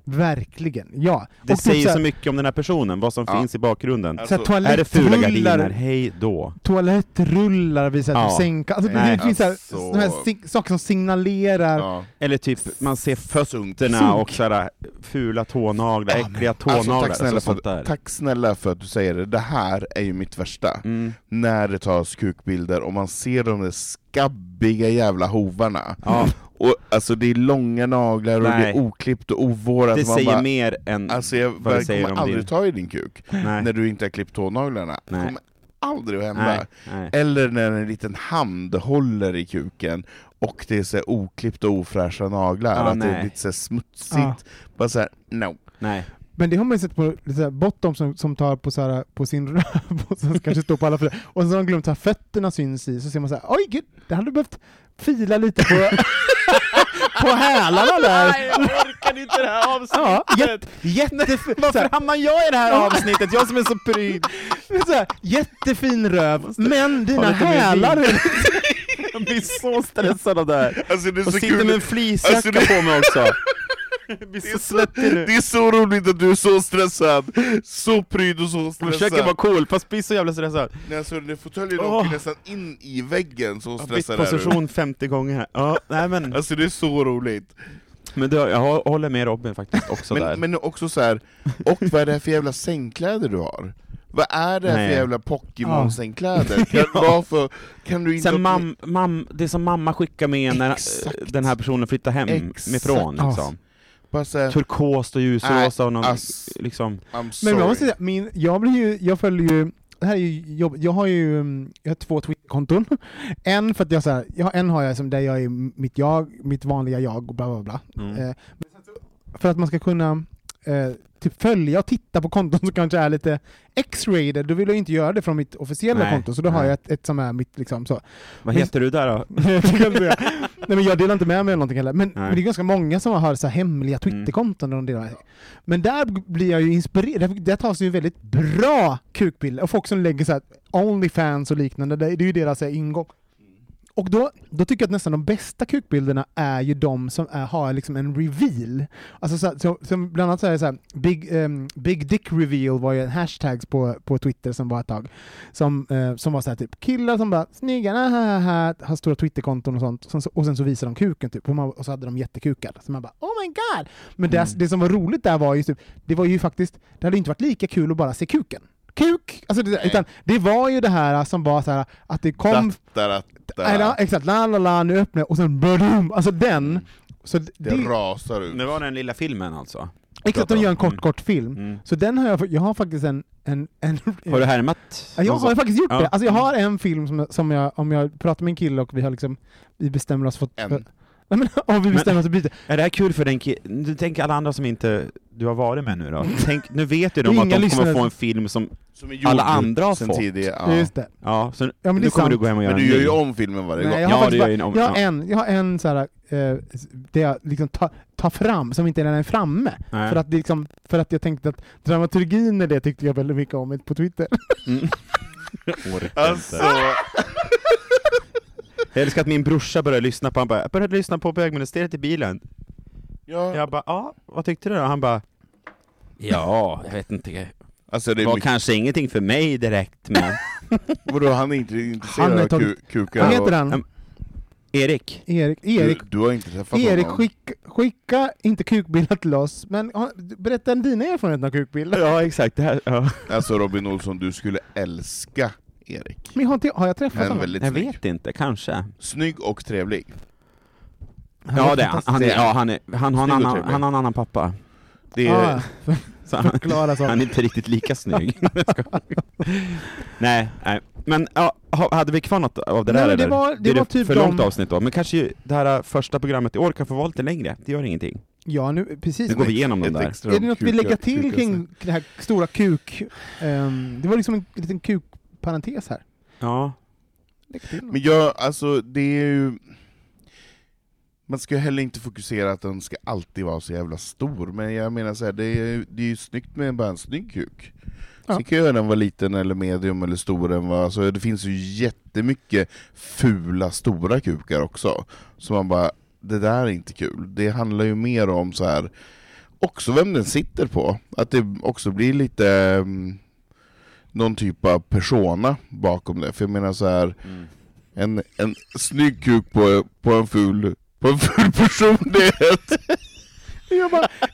Verkligen, ja. Det och säger typ så mycket om den här personen, vad som finns i bakgrunden. Alltså, är det fula gardiner? Hej då. Toalettrullar visar sänka. Alltså, det finns såna här saker som signalerar. Ja. Eller typ man ser fötterna Sunk. och sådär fula tånaglar, äckliga tånaglar. Tack snälla för att du säger det. Det här är ju mitt värsta. När det tas kukbilder och man ser de där skabbiga jävla hovarna. Ja. Och alltså det är långa naglar och det är oklippt och ovårat. Det säger mer än alltså jag kommer aldrig ta i din kuk när du inte har klippt tånaglarna. Det kommer aldrig att hända. Nej. Eller när en liten hand håller i kuken och det är så oklippt och ofräscha naglar. Att det är lite så smutsigt. Bara så här, no. Nej. Men det har man ju sett på lite bottom som tar på, så här, på sin röv och som kanske står på alla fyra. Och så har de glömt att fötterna syns i, så ser man så här, oj gud, det hade du behövt fila lite på på hälarna där. Nej, jag orkar inte det här avsnittet. Varför hamnar jag i det här avsnittet? Jag som är så pryd. Jättefin röv, men dina hälar... Jag blir så stressad av det här. Alltså, det är och så sitter kul. med en fleecejacka på mig också. Det är så roligt att du är så stressad. Så pryd och så stressad. Jag försöker vara cool, fast blir så jävla stressad. Nej, alltså, det fåtöljen åker nästan in i väggen. Så stressad är du. Position 50 gånger här. Ja, nej, men. Alltså det är så roligt. Men jag håller med Robin faktiskt också där. Men också så här. Och vad är det här för jävla sängkläder du har? Vad är det här för jävla Pokémon-sängkläder? Kan du inte... Det som mamma skickar med när den här personen flyttar hemifrån. Liksom. Turkost och ljusrosa och någon, liksom. Men jag måste säga, jag följer ju, det här är ju jobb, jag har 2 Twitter-konton. En för att en har jag som där jag är mitt vanliga jag och bla bla bla. Men för att man ska kunna typ följa och titta på konton som kanske är lite X-rated, då vill jag inte göra det från mitt officiella konto, så då har jag ett som är mitt liksom så. Vad heter du där då? Nej, men jag delar inte med mig eller någonting heller. Men det är ganska många som har så här hemliga Twitterkonton och delar. Men där blir jag ju inspirerad. Där tas ju väldigt bra kukbilder och folk som lägger så här OnlyFans och liknande. Det är ju deras ingång. Och då tycker jag att nästan de bästa kukbilderna är ju de som har liksom en reveal. Alltså som bland annat så är det så här, big dick reveal var ju en hashtag på Twitter som var ett tag. Som var så här typ killar som bara snygga, har stora Twitterkonton och sånt. Och sen så visar de kuken typ. Och så hade de jättekukar. Så man bara, oh my god! Men det som var roligt där var ju typ, det var ju faktiskt, det hade inte varit lika kul att bara se kuken. Alltså utan det var ju det här som var så här att det kom exakt, nu öppnar och sen boom, alltså den så det rasar ut. Det var den lilla filmen alltså. Exakt, de gör en kort film. Så den har jag har faktiskt en har du härmat? Jag har faktiskt gjort det. Alltså jag har en film som jag, om jag pratar med en kille och vi bestämmer oss för vi bestämmer oss att byta. Är det här kul för den du tänker alla andra som inte du har varit med nu då? Nu vet ju de att de kommer få en film som alla andra har fått. Tidigare, Just det. Ja, så nu kommer du gå hem och göra. Men du gör ju om filmen varje gång. Jag har en så här det jag liksom tar fram som inte är framme. För att jag tänkte att dramaturgin i det tyckte jag väldigt mycket om på Twitter. Alltså jag älskar att min brorsa började lyssna på, jag började lyssna på bögministeriet i bilen. Ja. Jag bara, vad tyckte du då? Han bara, jag vet inte. Alltså det var kanske ingenting för mig direkt, men... Vadå, han är inte intresserad av kukar? Vad heter han? Erik. Du har inte träffat Erik, honom. skicka inte kukbilder till oss, men berätta dina erfarenheter av kukbilder. Ja, exakt. Det här, ja. Alltså Robin Olsson, du skulle älska Erik. Men har jag träffat honom? Jag vet inte, kanske. Snygg och trevlig. Ja, det han har en annan pappa. Det är... Han är inte riktigt lika snygg. nej. Men hade vi kvar något av det där? Nej, det var typ för långt avsnitt då. Men kanske det här första programmet i år kan få vara lite längre. Det gör ingenting. Ja, nu precis. Nu går vi igenom dem där. Är det något vi lägger till kring det här stora kuk? Det var liksom en liten kukparentes här. Ja. Men alltså det är ju... Man ska ju heller inte fokusera att den ska alltid vara så jävla stor. Men jag menar så här, det är ju snyggt med bara en snygg kuk. Ja. Så kan ju den vara liten eller medium eller stor. Alltså, det finns ju jättemycket fula stora kukar också. Så man bara, det där är inte kul. Det handlar ju mer om så här, också vem den sitter på. Att det också blir lite någon typ av persona bakom det. För jag menar så här, en snygg kuk på en ful personlighet. Jag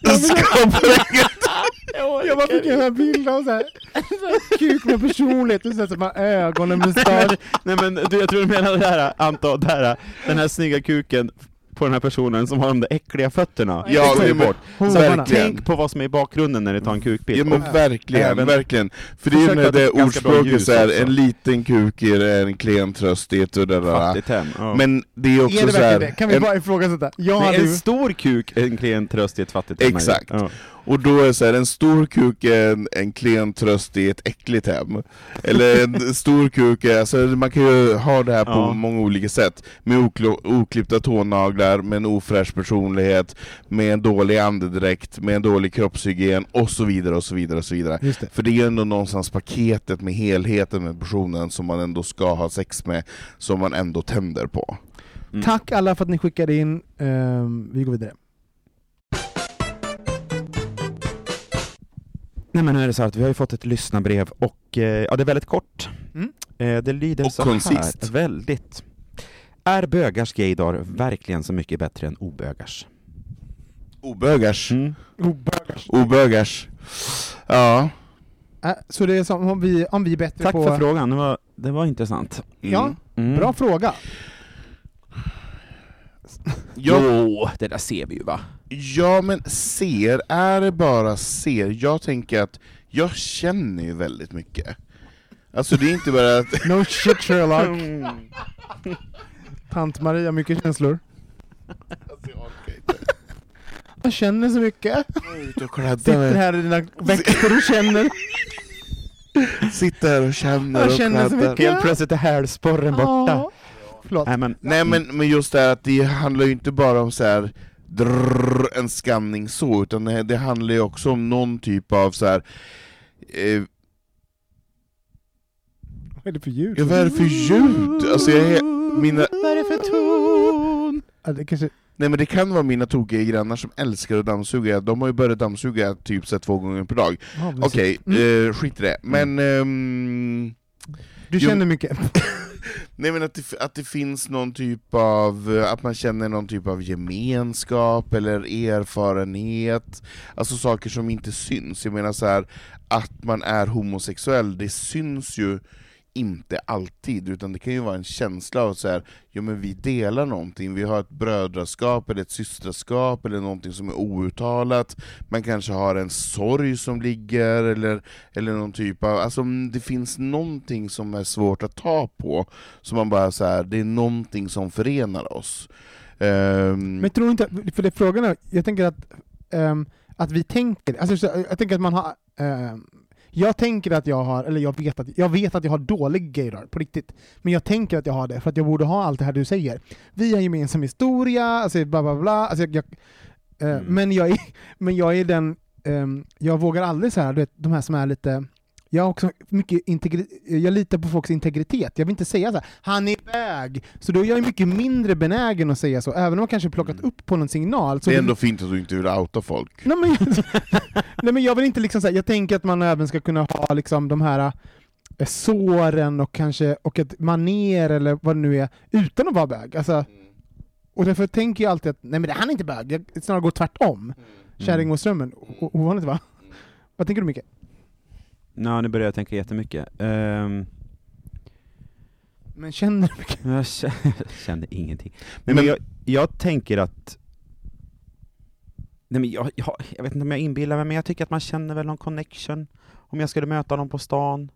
bara fick en bild av så här kuk med personlighet och så här ögonen, mustasch. Nej men jag tror du menar det här, Anton, den här snygga kuken på den här personen som har de där äckliga fötterna. Ja, det är bort. Tänk på vad som är i bakgrunden när du tar en kukbild. Ja men verkligen. För det är ju när det ordspråket så här, en liten kuk är en klen tröst i ett och det där. Men det är också så här, kan vi bara ifrågasätta? En stor kuk är en klen tröst i ett fattigt hem. Exakt. Och då är så här, en stor kuk är en klen tröst i ett äckligt hem. Eller en stor kuk är, alltså man kan ju ha det här på många olika sätt. Med oklippta tånaglar, med en ofräsch personlighet, med en dålig andedräkt, med en dålig kroppshygien och så vidare och så vidare och så vidare. För det är ju ändå någonstans paketet med helheten med personen som man ändå ska ha sex med, som man ändå tänder på. Tack alla för att ni skickade in. Vi går vidare. Nej men nu är det så att vi har ju fått ett lyssnarbrev och det är väldigt kort. Det lyder och så konsist. Här, väldigt. Är bögars gaydar verkligen så mycket bättre än obögars? Obögars. Ja. Så det är som om vi är bättre. Tack på... för frågan, det var intressant. Ja, bra fråga. Jo, det där ser vi ju va? Ja, men är det bara ser? Jag tänker att jag känner ju väldigt mycket. Alltså det är inte bara att... No shit Sherlock. Tant Maria, mycket känslor. Alltså, jag orkar inte. Jag känner så mycket. Sitter här i dina växter och känner. Sitter här och känner jag känner så mycket. Helt plötsligt är hälsporren borta. Nej men just det här att det handlar ju inte bara om så här en skanning så, utan det handlar ju också om någon typ av så här vad är det för ljud? Ja, vad är det för ljud? Alltså vad är det för ton? Det kanske... Nej men det kan vara mina tokiga grannar som älskar att dammsuga. De har ju börjat dammsuga typ så 2 gånger per dag. Okej, skit i det. Men du känner mycket. Nej men att det finns någon typ av, att man känner någon typ av gemenskap eller erfarenhet, alltså saker som inte syns. Jag menar så här, att man är homosexuell, det syns ju inte alltid, utan det kan ju vara en känsla av så här, ja men vi delar någonting, vi har ett brödraskap eller ett systraskap eller någonting som är outtalat, man kanske har en sorg som ligger eller någon typ av, alltså det finns någonting som är svårt att ta på, som man bara så här, det är någonting som förenar oss. Men tror inte, för det frågan är, jag tänker att vi tänker, alltså jag tänker att man har jag tänker att jag har, eller jag vet att jag har dålig gaydar på riktigt. Men jag tänker att jag har det för att jag borde ha allt det här du säger. Vi har gemensam historia, alltså bla bla bla. Alltså men jag är den, jag vågar aldrig så här, du vet, de här som är lite, jag har också mycket jag litar på folks integritet. Jag vill inte säga så här, han är bög. Så då är jag mycket mindre benägen att säga så, även om man kanske plockat upp på någon signal. Så det är ändå fint att du inte vill outa folk. Nej men jag vill inte liksom säga, jag tänker att man även ska kunna ha liksom de här såren och ett maner eller vad det nu är, utan att vara bög. Alltså, och därför tänker jag alltid att nej men han är inte bög, jag snarare går tvärtom. Kärring och strömmen, ovanligt va? Vad tänker du mycket? Nu börjar jag tänka jättemycket. Men känner du mycket? Jag känner ingenting. Men jag tänker att... Nej, men jag vet inte om jag inbillar mig, men jag tycker att man känner väl någon connection om jag skulle möta någon på stan.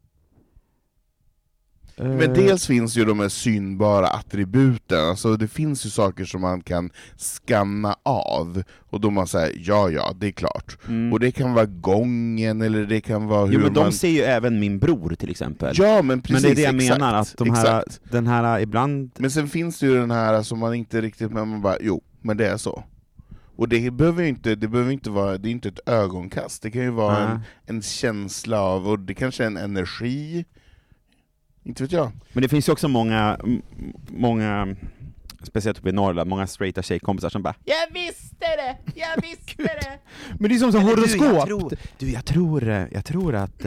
Men dels finns ju de här synbara attributen, alltså det finns ju saker som man kan skanna av, och då man säger ja, det är klart. Och det kan vara gången, eller det kan vara hur men de ser ju även min bror till exempel. Ja, men precis. Men det är det jag menar, att den här ibland... Men sen finns det ju den här som man inte riktigt, men man bara, men det är så. Och det behöver inte vara, det är inte ett ögonkast, det kan ju vara en känsla av, och det kanske är en energi. Inte vet jag. Men det finns ju också många speciellt uppe i Norrland, många straighta tjejkompisar som bara, jag visste det! Men det är som horoskop. Jag tror att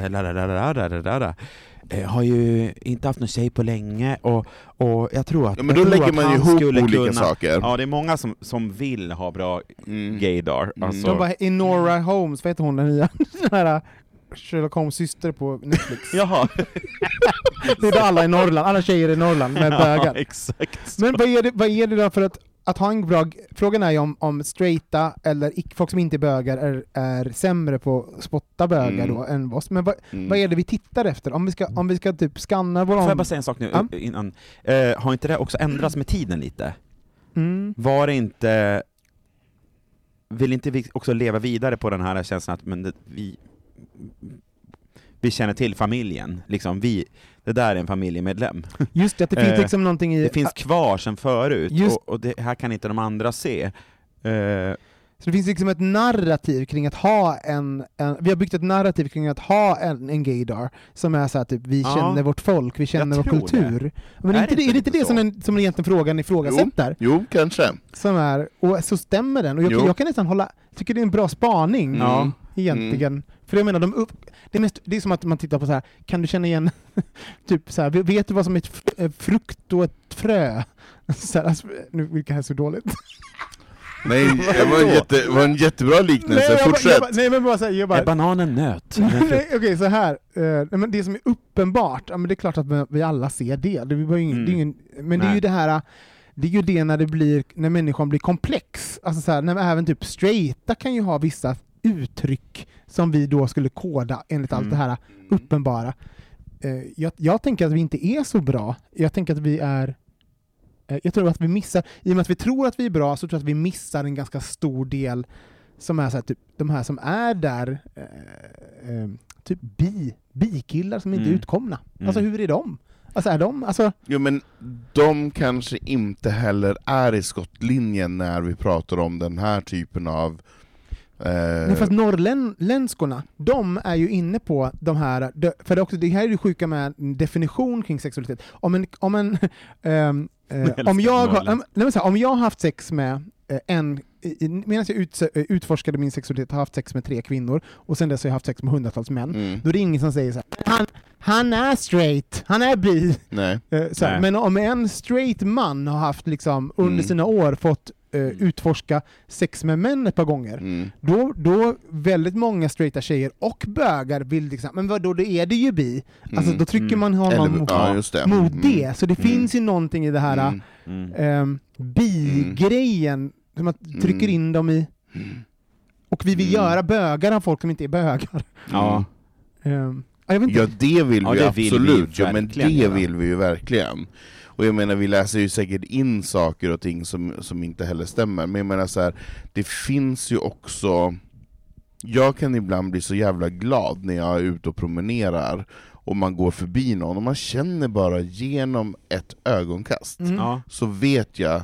har ju inte haft någon tjej på länge och jag tror att... Ja, men då lägger man ju ihop olika saker. Ja, det är många som vill ha bra gaydar. Alltså. De bara, Enora Holmes, vad heter hon den nya? Den här Sherlock Holmes syster på Netflix. Jaha. Det är alla i Norrland, alla tjejer i Norrland med bögar. Ja, exakt. Men vad är det då för att ha en bra... Frågan är ju om straighta eller folk som inte är bögar är sämre på att spotta bögar då än oss. Men vad är det vi tittar efter? Om vi ska typ skanna vår... Får jag bara säga en sak nu innan? Har inte det också ändrats med tiden lite? Var det inte... Vill inte vi också leva vidare på den här känslan att vi känner till familjen, liksom det där är en familjemedlem. Just det, att det finns liksom någonting i... Det finns kvar sen förut, och det här kan inte de andra se. Så det finns liksom ett narrativ kring att ha vi har byggt ett narrativ kring att ha en gaydar som är så här typ, vi känner vårt folk, vi känner vår kultur. Det. Men är det inte det som egentligen frågan ifrågasätter? Jo, kanske. Som är, och så stämmer den. Och jag kan nästan tycker det är en bra spaning egentligen. För jag menar, det är som att man tittar på så här, kan du känna igen typ så här, vet du vad som är ett frukt och ett frö? Så här, alltså, nu vilka här så dåligt. Nej, det var en jättebra liknelse. Fortsätt. Är bananen nöt? Okej, så här. Men det som är uppenbart, men det är klart att vi alla ser det. Men det är ju det här... Det är ju det när människan blir komplex. Alltså så här, när även typ straighta kan ju ha vissa uttryck som vi då skulle koda enligt allt det här uppenbara. Jag tänker att vi inte är så bra. Jag tänker att vi är... Jag tror att vi missar, i och med att vi tror att vi är bra, så tror jag att vi missar en ganska stor del som är så här, typ de här som är där typ bikillar som inte är utkomna. Alltså hur är de? Alltså är de? Alltså... Jo, men de kanske inte heller är i skottlinjen när vi pratar om den här typen av... Nej, fast norrländskorna, de är ju inne på de här, för det här är ju sjuka med en definition kring sexualitet. Om jag har haft sex med medan jag utforskade min sexualitet, har haft sex med 3 kvinnor och sen dess har jag haft sex med hundratals män, då är det ingen som säger så här, han är straight, han är bi. Nej. Men om en straight man har haft liksom under sina år fått utforska sex med män ett par gånger, då väldigt många straighta tjejer och bögar vill liksom, men vadå, då är det ju bi. Alltså då trycker man honom mot det. Så det finns ju någonting i det här bi-grejen som att trycker in dem i, och vi vill göra bögar av folk som inte är bögar. Ja. Ja, det vill vi absolut. Men det vill vi ju verkligen. Och jag menar, vi läser ju säkert in saker och ting som inte heller stämmer. Men jag menar så här, det finns ju också... Jag kan ibland bli så jävla glad när jag är ute och promenerar och man går förbi någon och man känner bara genom ett ögonkast så vet jag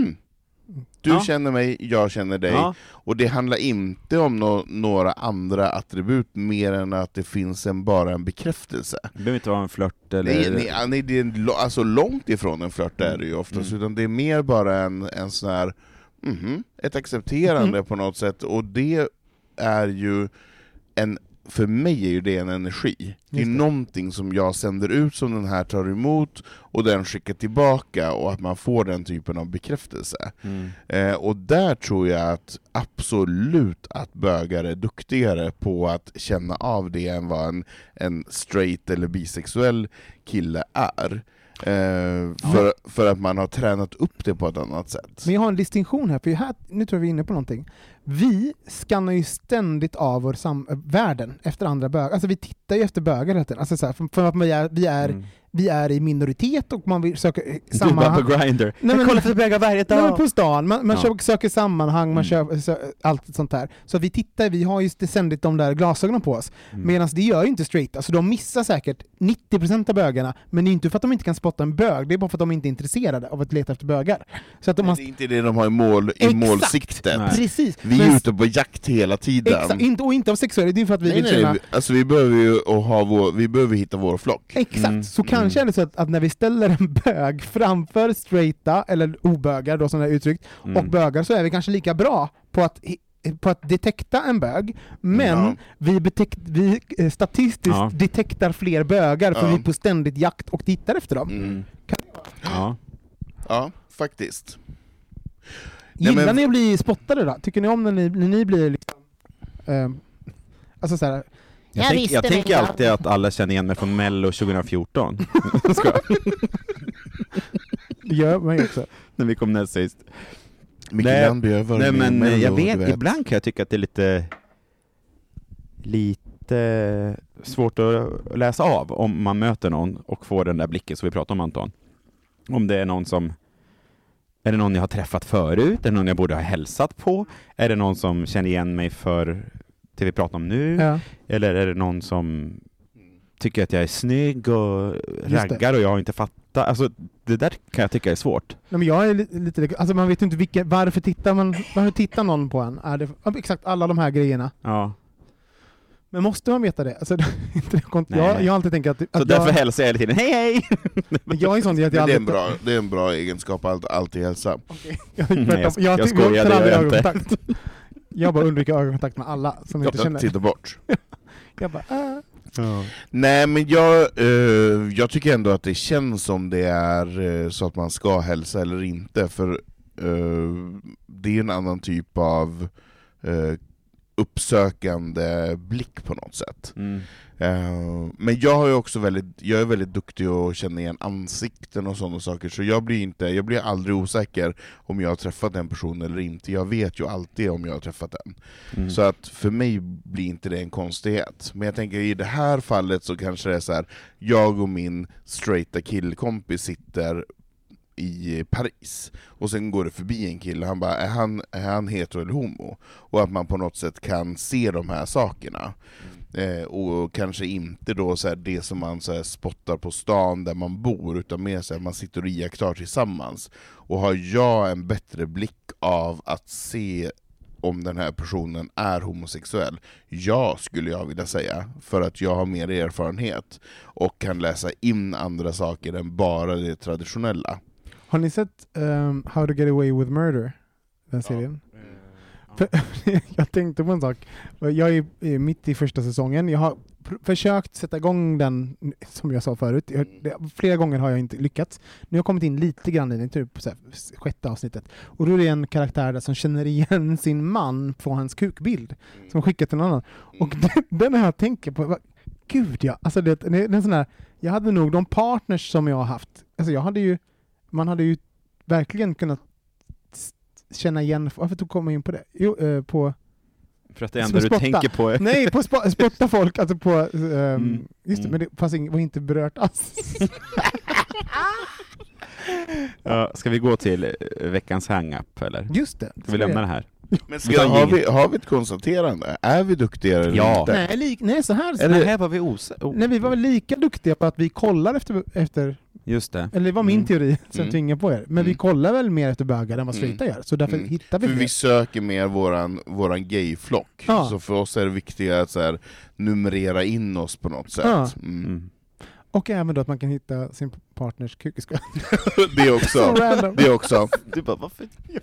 du känner mig, jag känner dig. Och det handlar inte om några andra attribut mer än att det finns bara en bekräftelse. Det behöver inte vara en flört eller... Nej, det är alltså långt ifrån en flört är det ju oftast, utan det är mer bara en sån här ett accepterande på något sätt, och det är ju för mig är ju det en energi. Det är någonting som jag sänder ut som den här tar emot och den skickar tillbaka, och att man får den typen av bekräftelse. Och där tror jag att absolut att bögar är duktigare på att känna av det än vad en straight eller bisexuell kille är. För att man har tränat upp det på ett annat sätt. Men jag har en distinktion här, för här, nu tror jag vi är inne på någonting. Vi skannar ju ständigt av vår världen efter andra bögar. Alltså vi tittar ju efter bögar hela tiden. Alltså så här, för att vi är i minoritet och man vill söka sammanhang. Du bara på Grindr. Jag kollar för bögar varje dag. Nej, på stan. Man söker sammanhang, man köper allt sånt där. Så vi tittar, vi har ju ständigt de där glasögonen på oss. Medan det gör ju inte straight. Alltså de missar säkert 90% av bögarna, men det är inte för att de inte kan spotta en bög. Det är bara för att de inte är intresserade av att leta efter bögar. Så att det är inte det de har i målsiktet. Precis. Vi är ute på jakt hela tiden. Exakt. Och inte av sexuella, det är för att vi vill känna... Alltså vi behöver ju vi behöver hitta vår flock. Exakt. Så kanske är det så att när vi ställer en bög framför straighta eller obögar då, som det är uttryckt, och bögar, så är vi kanske lika bra på att på att detekta en bög, men vi statistiskt detektar fler bögar för vi är på ständigt jakt och tittar efter dem. Ja, faktiskt. Gillar ni att bli spottade då? Tycker ni om när ni blir liksom, alltså så här, jag tänker alltid att alla känner igen mig från Mello 2014. Det gör man ju också. När vi kom näst sist. Nej, men jag vet, ibland kan jag tycka att det är lite svårt att läsa av om man möter någon och får den där blicken som vi pratar om, Anton. Om det är är det någon jag har träffat förut? Är det någon jag borde ha hälsat på? Är det någon som känner igen mig för det vi pratar om nu? Ja. Eller är det någon som tycker att jag är snygg och raggar och jag har inte fattat? Alltså, det där kan jag tycka är svårt. Nej, men jag är lite alltså man vet inte varför tittar någon på en? Är det exakt alla de här grejerna? Ja. Men måste man veta det? Alltså, jag har alltid tänkt att så därför hälsar jag hela tiden. Hej! Men jag är sån att det är en bra egenskap att alltid hälsa. Okay. Jag skojade ögonkontakt. Jag bara undviker ögonkontakt med alla som inte känner. Titta bort. Jag bara Nej, men jag tycker ändå att det känns som det är så att man ska hälsa eller inte, för det är en annan typ av uppsökande blick på något sätt. Men jag är väldigt duktig att känna igen ansikten och sådana saker, så jag blir aldrig osäker om jag har träffat en person eller inte. Jag vet ju alltid om jag har träffat den. Så att för mig blir inte det en konstighet. Men jag tänker i det här fallet så kanske det är så här: jag och min straighta killkompis sitter i Paris och sen går det förbi en kille, han bara, är han hetero eller homo? Och att man på något sätt kan se de här sakerna. Och kanske inte då så här, det som man så här, spottar på stan där man bor, utan mer så här, man sitter och iakttar tillsammans. Och har jag en bättre blick av att se om den här personen är homosexuell? Ja, skulle jag vilja säga, för att jag har mer erfarenhet och kan läsa in andra saker än bara det traditionella. Har ni sett How to Get Away with Murder? Den serien? Jag tänkte på en sak. Jag är mitt i första säsongen. Jag har försökt sätta igång den, som jag sa förut. Flera gånger har jag inte lyckats. Nu har jag kommit in lite grann i den, typ så här, 6:e avsnittet. Och då är det en karaktär där som känner igen sin man på hans kukbild. Som skickat till någon annan. Och den här jag tänker på. Gud ja. Alltså det är en sån här, jag hade nog de partners som jag har haft. Alltså man hade ju verkligen kunnat känna igen. Varför kom jag in på det? Jo, på för att det enda du tänker på är... Nej, på spotta folk, alltså på just det, men det var inte berört alls. Ja, ska vi gå till veckans hang-up eller? Just det. Ska vi lämna det här? Men har vi ett konstaterande? Är vi duktigare eller inte? Nej, så här. Eller här var vi Nej, vi var väl lika duktiga på att vi kollar efter just det. Eller det var min teori som tvingar på er. Men vi kollar väl mer efter bögar än vad straighta gör. Så därför hittar vi för vi söker mer våran gayflock. Ja. Så för oss är det viktigt att så här, numerera in oss på något sätt. Ja. Och även då att man kan hitta sin partners kukiska. Det också. Det också. Du bara, varför?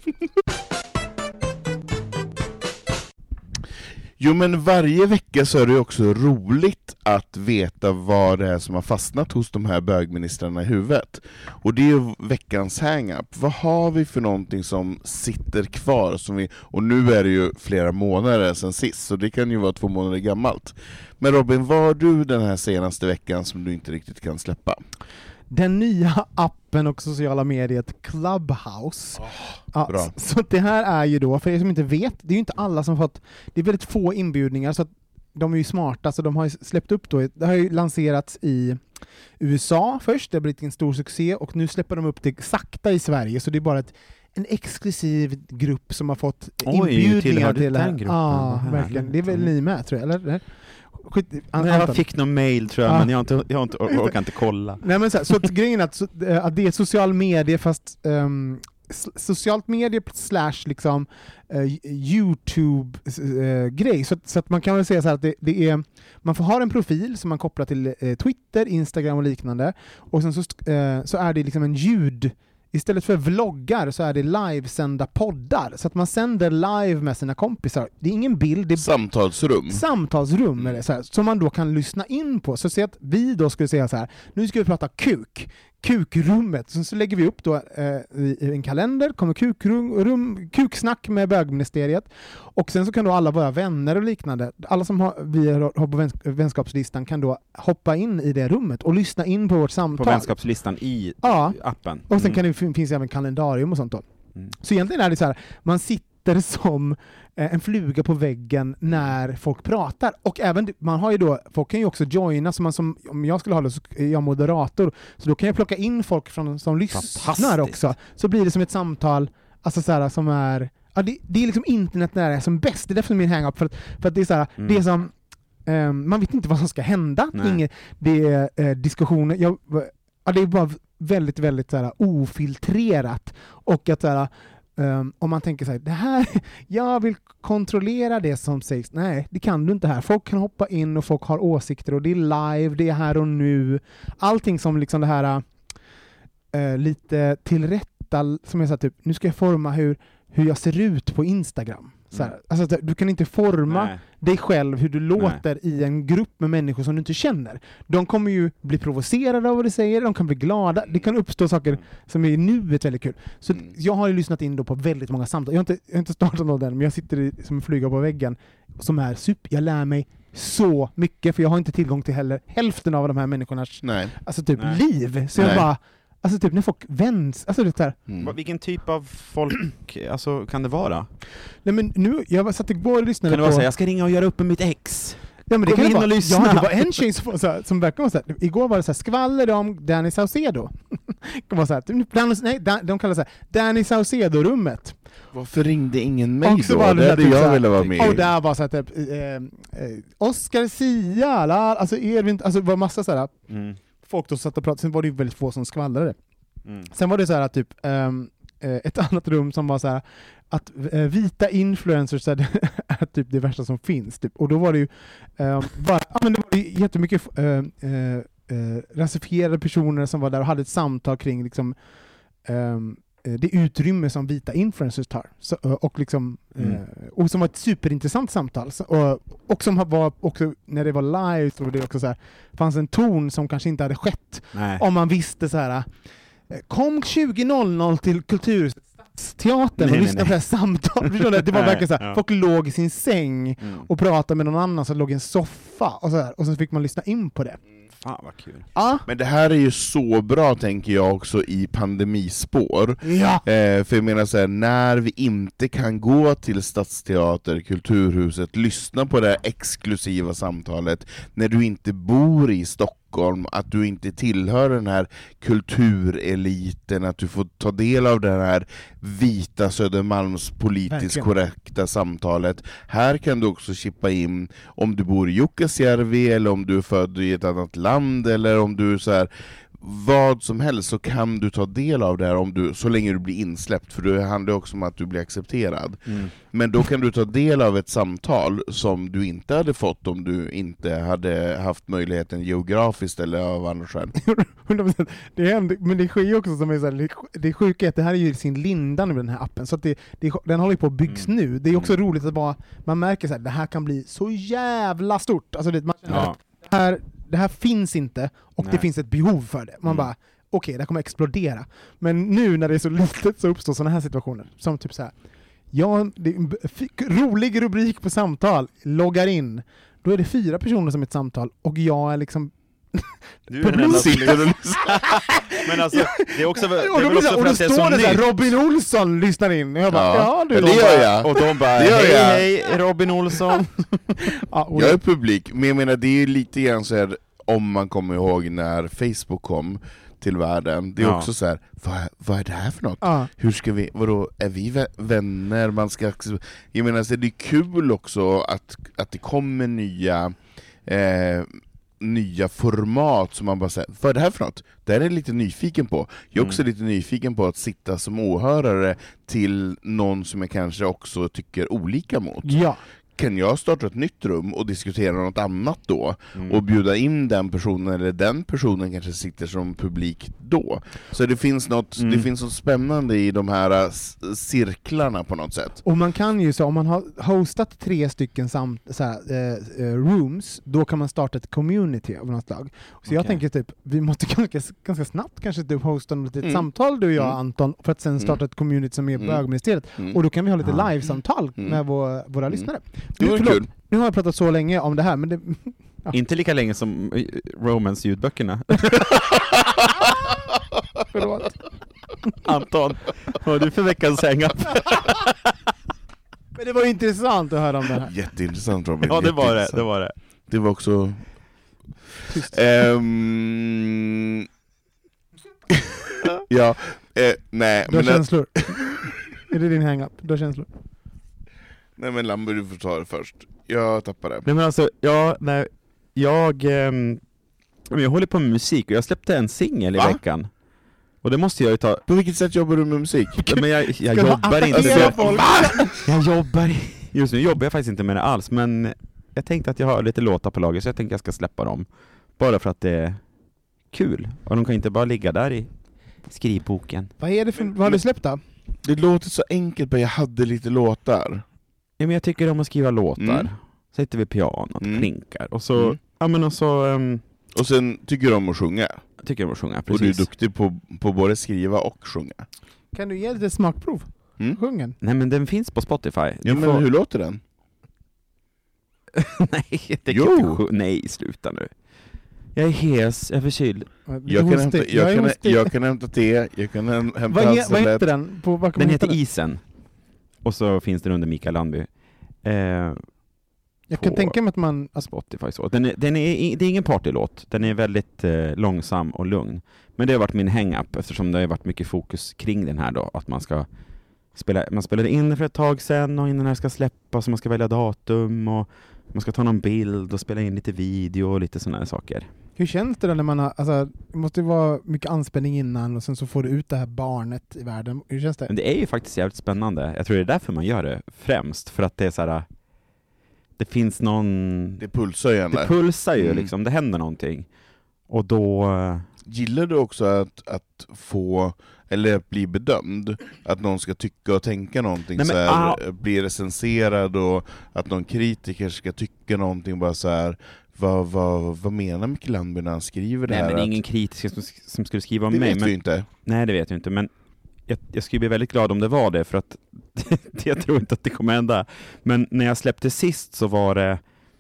Jo, men varje vecka så är det också roligt att veta vad det är som har fastnat hos de här bögministrarna i huvudet. Och det är ju veckans hang-up. Vad har vi för någonting som sitter kvar? Och nu är det ju flera månader sedan sist, så det kan ju vara 2 månader gammalt. Men Robin, vad har du den här senaste veckan som du inte riktigt kan släppa? Den nya appen och sociala mediet Clubhouse. Bra. Så det här är ju då, för er som inte vet, det är ju inte alla som fått, det är väldigt få inbjudningar, så att de är ju smarta, så de har ju släppt upp då, det har ju lanserats i USA först, det har blivit en stor succé, och nu släpper de upp det sakta i Sverige, så det är bara en exklusiv grupp som har fått inbjudningar till det här. Ja, verkligen. Det är väl ni med, tror jag, eller? Jag fick någon mail, tror jag, men jag orkar inte kolla. Nej, men så grejen är att det är social media, fast socialt media / liksom YouTube-grej, så att man kan väl säga så här att det är, man får ha en profil som man kopplar till Twitter, Instagram och liknande, och sen så är det liksom en istället för vloggar så är det livesända poddar. Så att man sänder live med sina kompisar. Det är ingen bild. Det är samtalsrum är det, så här, som man då kan lyssna in på. Så se att vi då skulle säga så här, nu ska vi prata kukrummet. Så lägger vi upp då i en kalender, kommer kuksnack med bögministeriet. Och sen så kan då alla våra vänner och liknande, alla som vi har på vänskapslistan kan då hoppa in i det rummet och lyssna in på vårt samtal. På vänskapslistan i appen. Och sen kan det finns även kalendarium och sånt då. Så egentligen är det så här, man sitter som en fluga på väggen när folk pratar. Och även, man har ju då, folk kan ju också joina, som om jag skulle ha det så är jag moderator, så då kan jag plocka in folk som lyssnar också. Så blir det som ett samtal, alltså så här, som är, ja, det är liksom internet när det är som bäst. Det är därför min hang-up, för att det är så här, det är som, man vet inte vad som ska hända. Det är diskussioner, det är bara väldigt, väldigt så här, ofiltrerat. Och att så här, om man tänker så här, det här, jag vill kontrollera det som sägs. Nej, det kan du inte här. Folk kan hoppa in och folk har åsikter och det är live, det är här och nu. Allting som liksom det här lite tillrätta, som är så här, typ, nu ska jag forma hur jag ser ut på Instagram. Så här, alltså, du kan inte forma dig själv hur du låter i en grupp med människor som du inte känner. De kommer ju bli provocerade av vad du säger, de kan bli glada. Det kan uppstå saker som är nuet väldigt kul. Så jag har ju lyssnat in då på väldigt många samtal. Jag har inte startat någon, men jag sitter som en flyga på väggen som är jag lär mig så mycket, för jag har inte tillgång till heller hälften av de här människornas alltså typ liv. Så jag bara, alltså typ när folk vänds, alltså det där. Vilken typ av folk alltså kan det vara? Nej, men nu jag satt igår och lyssnade på. Kan det vara så jag ska ringa och göra upp med mitt ex? Ja, men det kan in och lyssna. Ja, det var en tjej som verkar vara så här. Igår var det så här, skvaller om Danny Saucedo. Det var så här, de kallar det så här, Danny Saucedo-rummet. Varför ringde ingen mig då? Det hade jag velat vara med. Och där var så här typ Oscar Sia, alltså Edvin, alltså det var massa så här folk som satt och pratade. Sen var det ju väldigt få som skvallrade. Sen var det så här typ ett annat rum som var så här att vita influencers är typ det värsta som finns typ. Och då var det ju men det var ju jättemycket rasifierade personer som var där och hade ett samtal kring liksom det utrymme som vita influencers tar. Så, och liksom och som var ett superintressant samtal. Och som var också när det var live, så var det också så här, fanns en ton som kanske inte hade skett om man visste så här. Kom 20.00 till Kulturteatern och lyssna på det här samtal. Det var verkligen så här, folk låg i sin säng och pratade med någon annan som låg i en soffa och så här, och så fick man lyssna in på det. Fan vad kul. Men det här är ju så bra, tänker jag också, i pandemispår. För jag menar så här, när vi inte kan gå till Stadsteater, Kulturhuset, lyssna på det här exklusiva samtalet, när du inte bor i Stockholm, att du inte tillhör den här kultureliten, att du får ta del av det här vita Södermalms politiskt korrekta samtalet. Här kan du också chippa in om du bor i Jukkasjärvi, eller om du är född i ett annat land, eller om du är så här, vad som helst, så kan du ta del av det här så länge du blir insläppt, för det handlar också om att du blir accepterad. Men då kan du ta del av ett samtal som du inte hade fått om du inte hade haft möjligheten geografiskt eller av andra skäl. 100%. Men det sker ju också som är så här, det är sjukt att det här är ju sin linda med den här appen, så att den håller på att byggs nu. Det är också roligt att man märker så här, det här kan bli så jävla stort. Alltså man känner det här finns inte, och det finns ett behov för det. Man bara, okej, det kommer att explodera. Men nu när det är så litet så uppstår sådana här situationer. Som typ så här, det är en rolig rubrik på samtal, loggar in. Då är det 4 personer som är ett samtal, och jag är liksom du är den enda som men alltså, det är också, det är väl också för att det är så nytt. Robin Olsson lyssnar in. Jag bara, det gör jag. Och de bara, hej Robin Olsson. Jag är publik, men jag menar, det är ju lite grann så här, om man kommer ihåg när Facebook kom till världen. Det är också så här, vad är det här för något? Hur ska vi, vadå, är vi vänner? Man ska, jag menar, så det är kul också att det kommer nya format som man bara säger, vad är det här för något? Det är jag lite nyfiken på. Jag är också lite nyfiken på att sitta som åhörare till någon som jag kanske också tycker olika mot. kan jag starta ett nytt rum och diskutera något annat då och bjuda in den personen, eller den personen kanske sitter som publik då. Så det finns något spännande i de här cirklarna på något sätt. Och man kan ju, så om man har hostat 3 stycken rooms, då kan man starta ett community av något slag. Så jag tänker typ, vi måste ganska snabbt kanske typ hosta ett samtal, du och jag Anton, för att sen starta ett community som är bögministeriet. Och då kan vi ha lite live-samtal med våra lyssnare. Det var kul. Nu har jag pratat så länge om det här, men det... Ja. Inte lika länge som romance-ljudböckerna. Förlåt. Anton, vad du för veckans hang-up? Men det var ju intressant att höra om det här. Jätteintressant, Robin. Ja, det var det. Det var också... ja, nej. Du har känslor. Är det din hang-up? Du har känslor. Nej men Lambo, du får ta det först. Jag tappade. Nej men alltså, jag håller på med musik och jag släppte en singel i veckan. Och det måste jag ju ta... På vilket sätt jobbar du med musik? Men jag jobbar inte med... Just nu jobbar jag faktiskt inte med det alls, men jag tänkte att jag har lite låtar på lager, så jag tänkte att jag ska släppa dem. Bara för att det är kul. Och de kan inte bara ligga där i skrivboken. Vad har du släppt då? Det låter så enkelt, men jag hade lite låtar. Ja, men jag tycker om att skriva låtar. Sätter vi pianot, klinkar. Och så... Ja, men och så... Och sen tycker du om att sjunga. Tycker om att sjunga, precis. Och du är duktig på både skriva och sjunga. Kan du ge lite smakprov? Sjungen? Nej, men den finns på Spotify. Ja, men hur låter den? Nej, det kan inte... Nej, sluta nu. Jag är hes, jag är förkyld. Jag kan hämta te, jag kan hämta vad heter den? Den heter Isen. Och så finns den under Mikael Landby. Jag kan tänka mig att man... Spotify så. Det är ingen partylåt. Den är väldigt långsam och lugn. Men det har varit min hang-up, eftersom det har varit mycket fokus kring den här då. Att man ska man spelade in för ett tag sedan och innan den här ska släppas, så man ska välja datum och man ska ta någon bild och spela in lite video och lite sådana här saker. Hur känns det då när man har, alltså, det måste ju vara mycket anspänning innan och sen så får du ut det här barnet i världen. Hur känns det? Men det är ju faktiskt jävligt spännande. Jag tror det är därför man gör det främst, för att det är så här, det finns någon... Det pulsar ju Det pulsar ju liksom, det händer någonting. Och då... Gillar du också att få, eller att bli bedömd? Att någon ska tycka och tänka någonting? Nej, men, så här, bli recenserad och att någon kritiker ska tycka någonting, bara så här... Vad menar Mikael Landby när han skriver det här? Nej, men det är ingen kritiker som skulle skriva om det mig. Det vet du inte. Nej, det vet jag inte. Men jag skulle bli väldigt glad om det var det, för att jag tror inte att det kommer hända. Men när jag släppte sist så var det...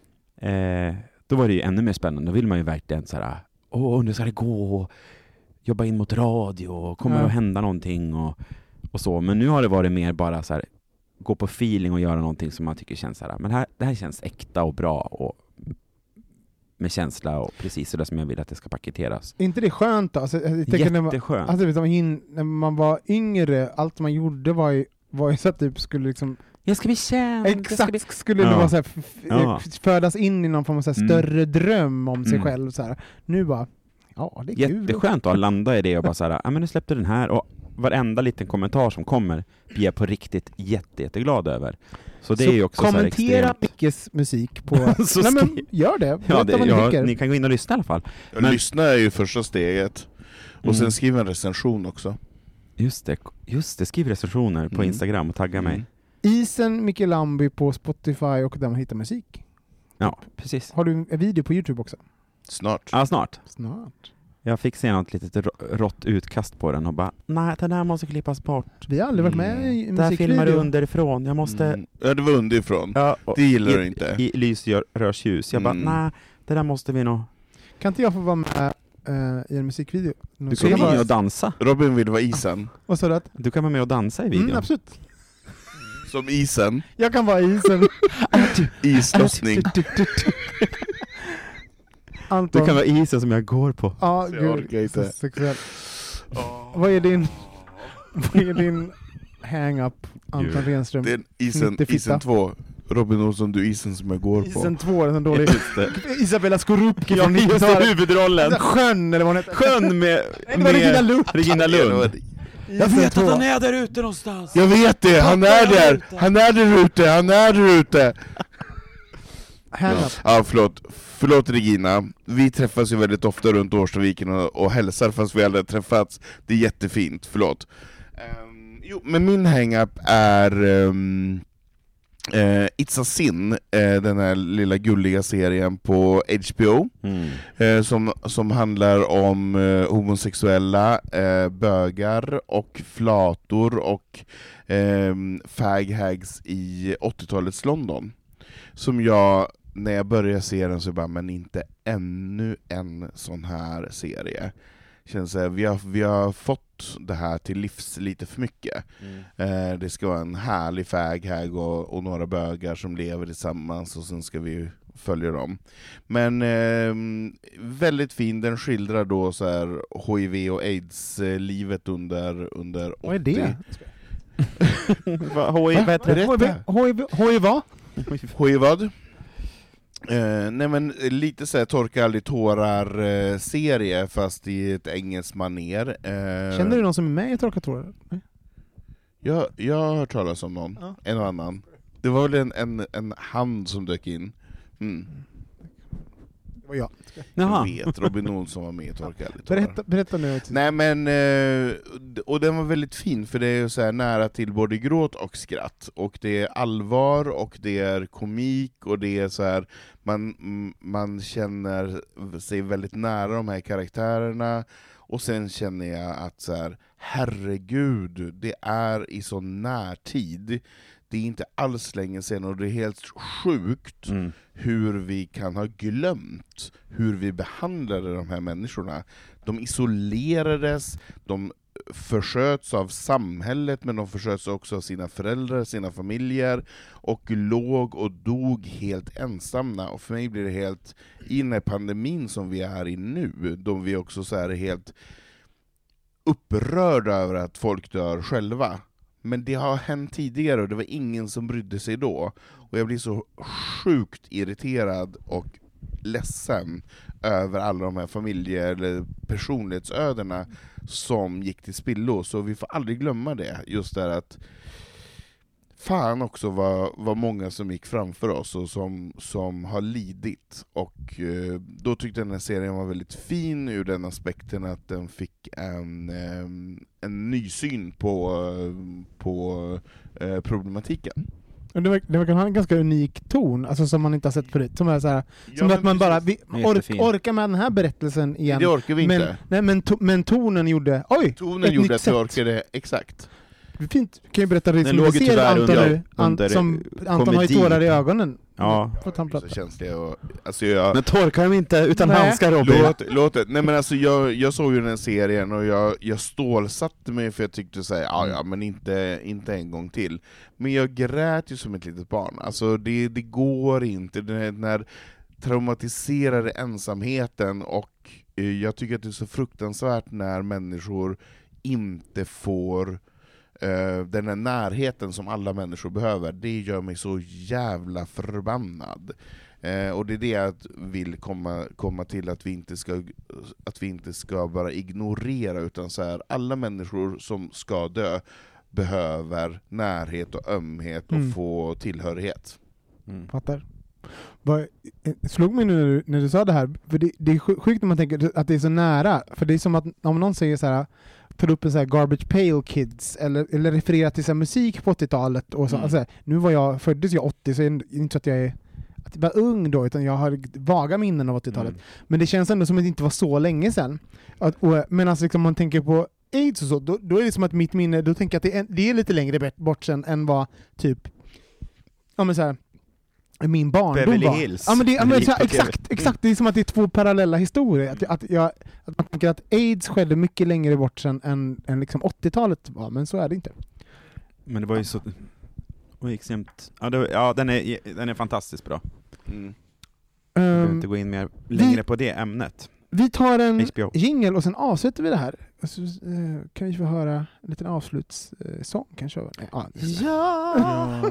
då var det ju ännu mer spännande. Då vill man ju verkligen så här... nu ska det gå och jobba in mot radio och kommer att hända någonting och så. Men nu har det varit mer bara så här... Gå på feeling och göra någonting som man tycker känns så här... Men det här känns äkta och bra och... med känsla och precis så där som jag vill att det ska paketeras. Är inte det skönt då? Alltså, jätteskönt. När man var yngre, allt man gjorde var ju så att typ skulle liksom... Jag ska bli känd. Exakt, skulle det vara så här, födas in i någon form av så här större dröm om sig själv. Så här. Nu bara, det är kul. Jätteskönt att landa i det och bara så här, men nu släppte den här, och varenda liten kommentar som kommer blir jag på riktigt jätteglad över. Så det är ju också kommentera Mickes musik på... Nej, men gör det. Ni kan gå in och lyssna i alla fall. Men... Lyssna är ju första steget. Och sen skriva en recension också. Just det, skriv recensioner på Instagram och tagga mig. Isen Mikael Landby på Spotify och där man hittar musik. Ja, precis. Har du en video på YouTube också? Snart. Ja, snart. Jag fick se något litet rått utkast på den och bara, nej, den här måste klippas bort. Vi har aldrig varit med i musikvideo. Där filmar du underifrån. Jag måste... Ja, det var underifrån. Ja, det gillar du inte. I lysrörsljus. Jag bara, nej, det där måste vi nog... Kan inte jag få vara med i en musikvideo? Du kan vara med och dansa. Robin vill vara Isen. Vad sa du? Du kan vara med och dansa i videon. Absolut. Som Isen. Jag kan vara Isen. Islossning. Anton. Du kan vara isen som jag går på. Ja, gud. Sexuellt. Vad är din hang-up, Anton Renström? Det är isen 2. Robin Olsson, du isen som jag går på. Isen 2 är en dålig. Isabella Skorupki från just huvudrollen. Sjön, eller vad hon heter. Sjön med Regina Lund. Jag vet att han är där ute någonstans. Jag vet det, han är där ute. Ja, förlåt Regina. Vi träffas ju väldigt ofta runt Årstaviken och hälsar fast vi aldrig träffats. Det är jättefint, förlåt. Men min hang-up är It's a Sin, den här lilla gulliga serien på HBO som handlar om homosexuella, bögar och flator och faghags i 80-talets London. Som jag, när jag började se den så bara, men inte ännu en sån här serie. Känns vi har fått det här till livs lite för mycket. Det ska vara en härlig faghag och några bögar som lever tillsammans och sen ska vi följa dem. Men väldigt fin, den skildrar då så här HIV och AIDS-livet under 80. Vad är det? HIV? Nej men lite så här torka aldrig tårar serie fast i ett engelskt maner. Känner du någon som är med i Torka tårar? Jag har hört talas om någon, en och annan. Det var väl en hand som dök in. Det var jag. Jag vet, Robin Olsson var med i Torka aldrig tårar. Berätta nu. Nej men, och den var väldigt fin för det är så här nära till både gråt och skratt. Och det är allvar och det är komik och det är så här man känner sig väldigt nära de här karaktärerna. Och sen känner jag att så här, herregud, det är i så närtid. Det är inte alls länge sedan och det är helt sjukt hur vi kan ha glömt hur vi behandlade de här människorna. De isolerades, de försköts av samhället, men de försköts också av sina föräldrar, sina familjer, och låg och dog helt ensamma. Och för mig blir det helt, i den här pandemin som vi är i nu, då vi också så är helt upprörda över att folk dör själva. Men det har hänt tidigare och det var ingen som brydde sig då. Och jag blir så sjukt irriterad och ledsen över alla de här eller personlighetsödena som gick till spillo. Så vi får aldrig glömma det. Just där att fan också var många som gick framför oss och som har lidit. Och då tyckte den här serien var väldigt fin ur den aspekten att den fick en ny syn på problematiken. Det verkar ha en ganska unik ton, alltså som man inte har sett förut. Som är så här, som att man bara orkar med den här berättelsen igen. Det orkar vi inte. Men tonen gjorde, tonen gjorde att vi orkade, exakt. Fint. Kan jag berätta det som du ser, Anton, som Anton har ju tårar i ögonen. Ja. Så känsliga och, alltså men torkar de inte utan handskar, Robin? Låt det. Nej men alltså jag såg ju den här serien och jag stålsatte mig för jag tyckte så här, ja men inte en gång till. Men jag grät ju som ett litet barn. Alltså det går inte, den här traumatiserade ensamheten, och jag tycker att det är så fruktansvärt när människor inte får den här närheten som alla människor behöver. Det gör mig så jävla förbannad. Och det är det jag vill komma till, att vi inte ska bara ignorera, utan så här, alla människor som ska dö behöver närhet och ömhet och få tillhörighet. Fattar. Slog mig nu när du sa det här, för det är sjukt när man tänker att det är så nära, för det är som att om någon säger så här, tar upp en så här Garbage Pail Kids eller refererar till så här musik på 80-talet och så, alltså, nu föddes jag 80, så är det inte så att jag var ung då, utan jag har vaga minnen av 80-talet. Men det känns ändå som att det inte var så länge sedan. Men alltså liksom, om man tänker på AIDS och så, då är det som att mitt minne, då tänker jag att det är lite längre bort sen än vad typ, ja men så här, min barndom Beverly var. Hills. Ja, men så här, exakt. Det är som att det är två parallella historier. Att man tänker att AIDS skedde mycket längre bort sen än liksom 80-talet var, men så är det inte. Men det var ju så extremt. Ja, den är fantastiskt bra. Jag behöver inte gå in mer längre på det ämnet. Vi tar en HBO. jingle och sen avslutar vi det här. Så, kan vi få höra en liten avslutssång kanske? Ja.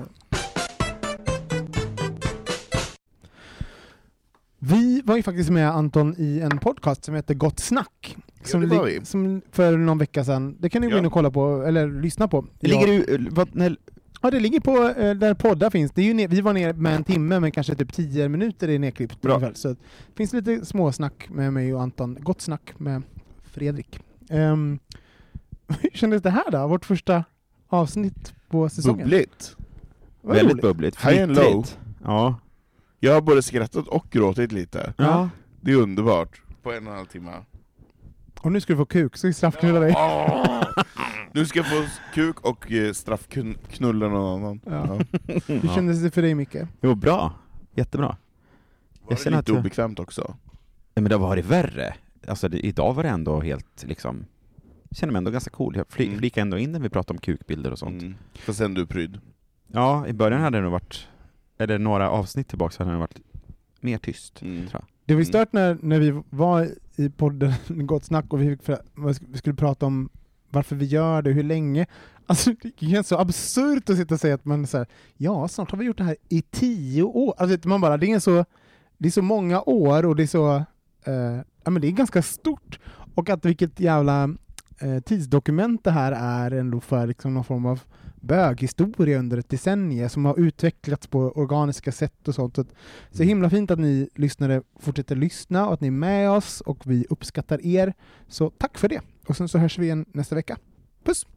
Vi var ju faktiskt med, Anton, i en podcast som heter Gott Snack. Som för någon vecka sedan. Det kan ni gå in och kolla på, eller lyssna på. Ligger du... Ja, det ligger på där poddar finns. Det är ju vi var ner med en timme, men kanske typ 10 minuter är nedklippt. Ungefär. Så det finns lite småsnack med mig och Anton. Gott snack med Fredrik. Hur kändes det här då? Vårt första avsnitt på säsongen. Bubbligt. Väldigt bubbligt. High and low. Ja. Jag har både skrattat och gråtit lite. Ja. Det är underbart. På 1,5 timme. Och nu ska du få kuk, så straffknulla dig. Du ska få kuk och straffknulla någon annan. Ja. Hur kändes det för dig, Micke? Jo, bra. Jättebra. Jag känner lite obekvämt också. Ja, men det var det värre. Alltså idag var det ändå helt liksom... Jag känner mig ändå ganska cool. Jag flikar ändå in när vi pratar om kukbilder och sånt. För sen du är pryd. Ja, i början hade det nog varit... Eller några avsnitt tillbaka hade det varit mer tyst, tror jag. Det var ju stört när vi var i podden Gott snack och vi skulle prata om varför vi gör det, hur länge. Alltså det känns så absurt att sitta och säga att man så här, ja, snart har vi gjort det här i 10 år. Alltså man bara, det är så många år och det är så men det är ganska stort. Och att vilket jävla tidsdokument det här är ändå för liksom någon form av böghistoria under ett decennium som har utvecklats på organiska sätt och sånt. Så himla fint att ni lyssnare fortsätter lyssna och att ni är med oss och vi uppskattar er. Så tack för det. Och sen så hörs vi igen nästa vecka. Puss!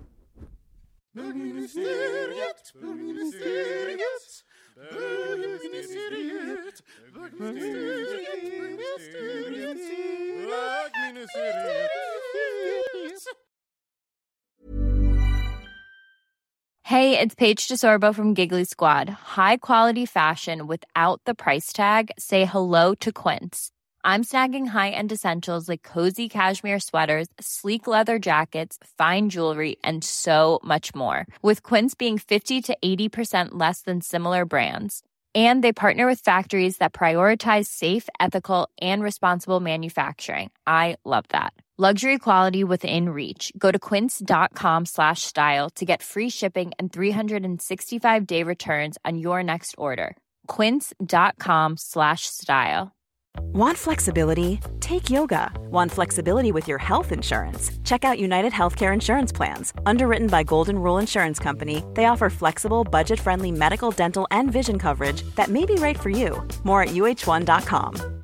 Bögministeriet, bögministeriet, bögministeriet, bögministeriet, bögministeriet. Hey, it's Paige DeSorbo from Giggly Squad. High quality fashion without the price tag. Say hello to Quince. I'm snagging high-end essentials like cozy cashmere sweaters, sleek leather jackets, fine jewelry, and so much more. With Quince being 50 to 80% less than similar brands. And they partner with factories that prioritize safe, ethical, and responsible manufacturing. I love that. Luxury quality within reach. Go to quince.com/style to get free shipping and 365-day returns on your next order. Quince.com/style. Want flexibility? Take yoga. Want flexibility with your health insurance? Check out United Healthcare Insurance Plans. Underwritten by Golden Rule Insurance Company, they offer flexible, budget-friendly medical, dental, and vision coverage that may be right for you. More at uh1.com.